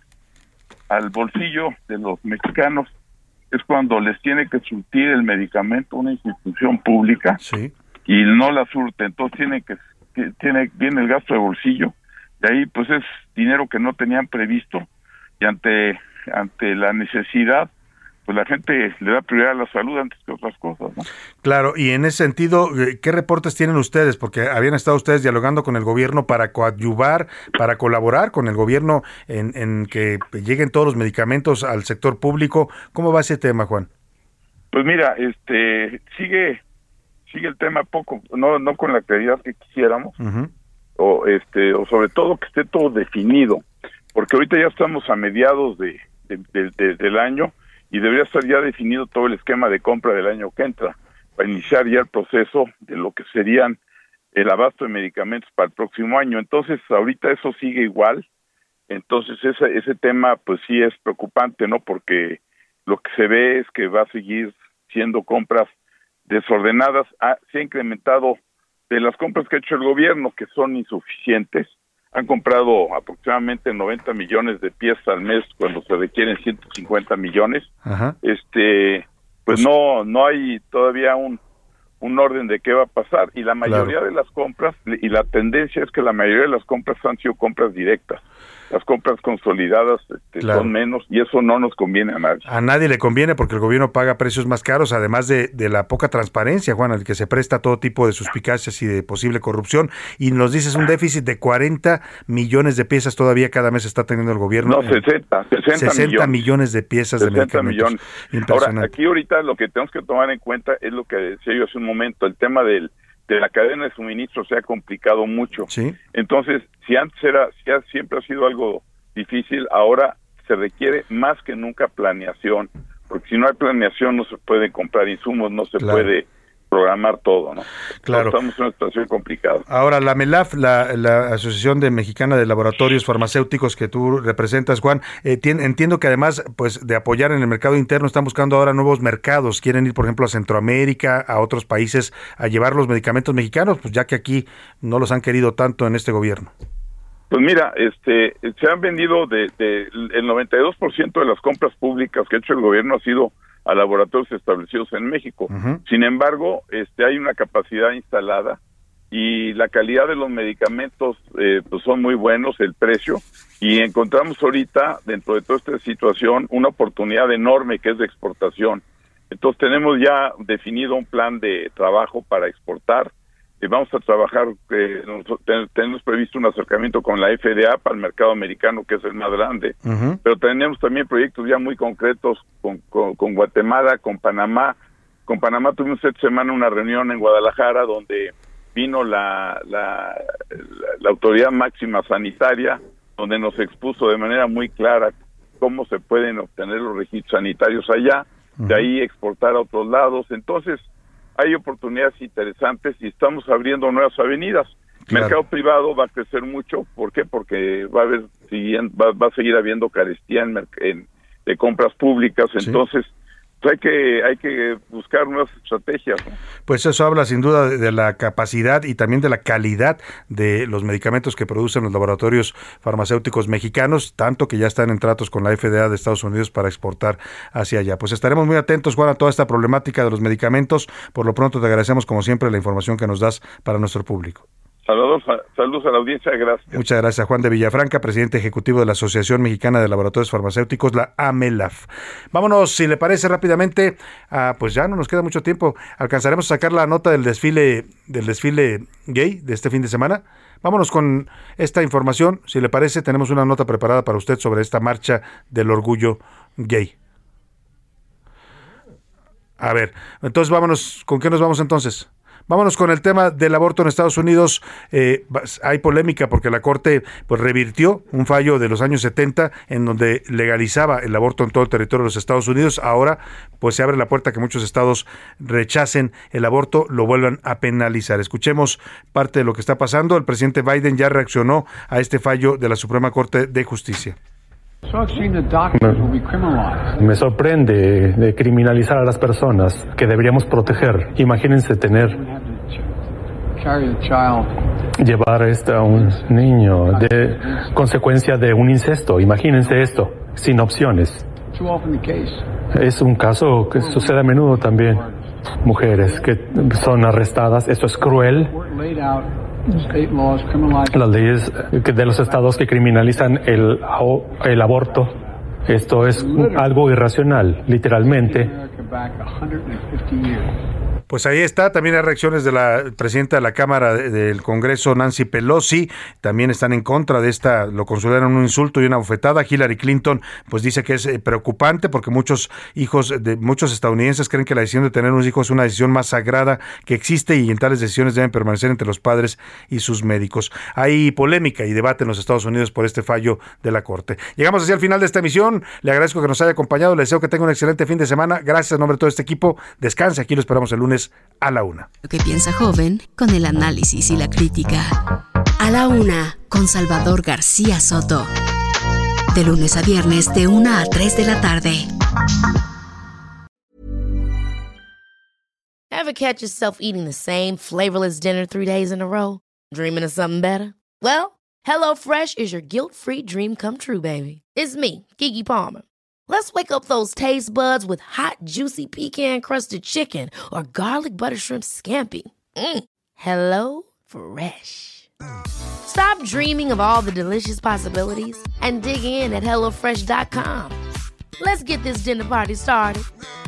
al bolsillo de los mexicanos es cuando les tiene que surtir el medicamento una institución pública, sí, y no la surte, entonces tiene que, que tiene viene el gasto de bolsillo, y ahí pues es dinero que no tenían previsto, y ante ante la necesidad pues la gente le da prioridad a la salud antes que otras cosas, ¿no? Claro, y en ese sentido, ¿qué reportes tienen ustedes? Porque habían estado ustedes dialogando con el gobierno para coadyuvar, para colaborar con el gobierno en, en que lleguen todos los medicamentos al sector público. ¿Cómo va ese tema, Juan? Pues mira, este sigue sigue el tema poco, no no con la claridad que quisiéramos, uh-huh. o este o sobre todo que esté todo definido, porque ahorita ya estamos a mediados de, de, de, de del año, y debería estar ya definido todo el esquema de compra del año que entra, para iniciar ya el proceso de lo que serían el abasto de medicamentos para el próximo año. Entonces, ahorita eso sigue igual. Entonces, ese, ese tema, pues sí es preocupante, ¿no? Porque lo que se ve es que va a seguir siendo compras desordenadas. Ah, se ha incrementado de las compras que ha hecho el gobierno, que son insuficientes. Han comprado aproximadamente noventa millones de piezas al mes cuando se requieren ciento cincuenta millones. Ajá. Este, pues, pues no no hay todavía un un orden de qué va a pasar, y la mayoría claro. de las compras, y la tendencia es que la mayoría de las compras han sido compras directas. Las compras consolidadas este, claro. son menos, y eso no nos conviene a nadie. A nadie le conviene porque el gobierno paga precios más caros, además de, de la poca transparencia, Juan, al que se presta todo tipo de suspicacias y de posible corrupción. Y nos dices un déficit de cuarenta millones de piezas todavía cada mes está teniendo el gobierno. No, sesenta, sesenta, sesenta millones. millones de piezas de medicamentos. Millones. Ahora, aquí ahorita lo que tenemos que tomar en cuenta es lo que decía yo hace un momento, el tema del de la cadena de suministro se ha complicado mucho. ¿Sí? Entonces, si antes era, si ha, siempre ha sido algo difícil, ahora se requiere más que nunca planeación, porque si no hay planeación no se puede comprar insumos, no se claro. puede programar todo, ¿no? Claro. Estamos en una situación complicada. Ahora, la MELAF, la, la Asociación de Mexicana de Laboratorios Farmacéuticos que tú representas, Juan, eh, tien, entiendo que además pues de apoyar en el mercado interno, están buscando ahora nuevos mercados. Quieren ir, por ejemplo, a Centroamérica, a otros países, a llevar los medicamentos mexicanos, pues ya que aquí no los han querido tanto en este gobierno. Pues mira, este, se han vendido de, de el noventa y dos por ciento de las compras públicas que ha hecho el gobierno ha sido a laboratorios establecidos en México. Uh-huh. Sin embargo, este, hay una capacidad instalada y la calidad de los medicamentos eh, pues son muy buenos, el precio, y encontramos ahorita, dentro de toda esta situación, una oportunidad enorme que es de exportación. Entonces tenemos ya definido un plan de trabajo para exportar. Eh, vamos a trabajar, eh, ten, tenemos previsto un acercamiento con la F D A para el mercado americano, que es el más grande, uh-huh. pero tenemos también proyectos ya muy concretos con, con, con Guatemala, con Panamá. Con Panamá tuvimos esta semana una reunión en Guadalajara donde vino la, la, la, la autoridad máxima sanitaria, donde nos expuso de manera muy clara cómo se pueden obtener los registros sanitarios allá, uh-huh. de ahí exportar a otros lados. Entonces, hay oportunidades interesantes y estamos abriendo nuevas avenidas. El claro. mercado privado va a crecer mucho. ¿Por qué? Porque va a haber va, va a seguir habiendo carestía en, en de compras públicas. Sí. Entonces, pues hay que hay que buscar nuevas estrategias, ¿no? Pues eso habla sin duda de, de la capacidad y también de la calidad de los medicamentos que producen los laboratorios farmacéuticos mexicanos, tanto que ya están en tratos con la F D A de Estados Unidos para exportar hacia allá. Pues estaremos muy atentos, Juan, a toda esta problemática de los medicamentos. Por lo pronto te agradecemos como siempre la información que nos das para nuestro público. Saludos, saludos a la audiencia, gracias. Muchas gracias, Juan de Villafranca, presidente ejecutivo de la Asociación Mexicana de Laboratorios Farmacéuticos, la AMELAF. Vámonos, si le parece, rápidamente, ah, pues ya no nos queda mucho tiempo, alcanzaremos a sacar la nota del desfile, del desfile gay de este fin de semana. Vámonos con esta información, si le parece, tenemos una nota preparada para usted sobre esta marcha del orgullo gay. A ver, entonces vámonos, ¿con qué nos vamos entonces? Vámonos con el tema del aborto en Estados Unidos. Eh, hay polémica porque la Corte pues revirtió un fallo de los años setenta en donde legalizaba el aborto en todo el territorio de los Estados Unidos. Ahora pues se abre la puerta a que muchos estados rechacen el aborto, lo vuelvan a penalizar. Escuchemos parte de lo que está pasando. El presidente Biden ya reaccionó a este fallo de la Suprema Corte de Justicia. Me, me sorprende de criminalizar a las personas que deberíamos proteger. Imagínense tener llevar esto a un niño de consecuencia de un incesto. Imagínense esto, sin opciones. Es un caso que sucede a menudo también. Mujeres que son arrestadas. Esto es cruel. Las leyes de los estados que criminalizan el, el aborto, esto es algo irracional, literalmente. Pues ahí está, también hay reacciones de la presidenta de la Cámara del Congreso, Nancy Pelosi, también están en contra de esta, lo consideran un insulto y una bofetada. Hillary Clinton pues dice que es preocupante porque muchos hijos de muchos estadounidenses creen que la decisión de tener unos hijos es una decisión más sagrada que existe y en tales decisiones deben permanecer entre los padres y sus médicos. Hay polémica y debate en los Estados Unidos por este fallo de la Corte. Llegamos así al final de esta emisión, le agradezco que nos haya acompañado, le deseo que tenga un excelente fin de semana, gracias en nombre de todo este equipo, descanse, aquí lo esperamos el lunes a la una. Lo que piensa joven con el análisis y la crítica. A la una con Salvador García Soto. De lunes a viernes de una a tres de la tarde. Ever catch yourself eating the same flavorless dinner three days in a row? Dreaming of something better? Well, HelloFresh is your guilt-free dream come true, baby. It's me, Keke Palmer. Let's wake up those taste buds with hot, juicy pecan-crusted chicken or garlic butter shrimp scampi. Mm. Hello Fresh. Stop dreaming of all the delicious possibilities and dig in at hello fresh dot com. Let's get this dinner party started.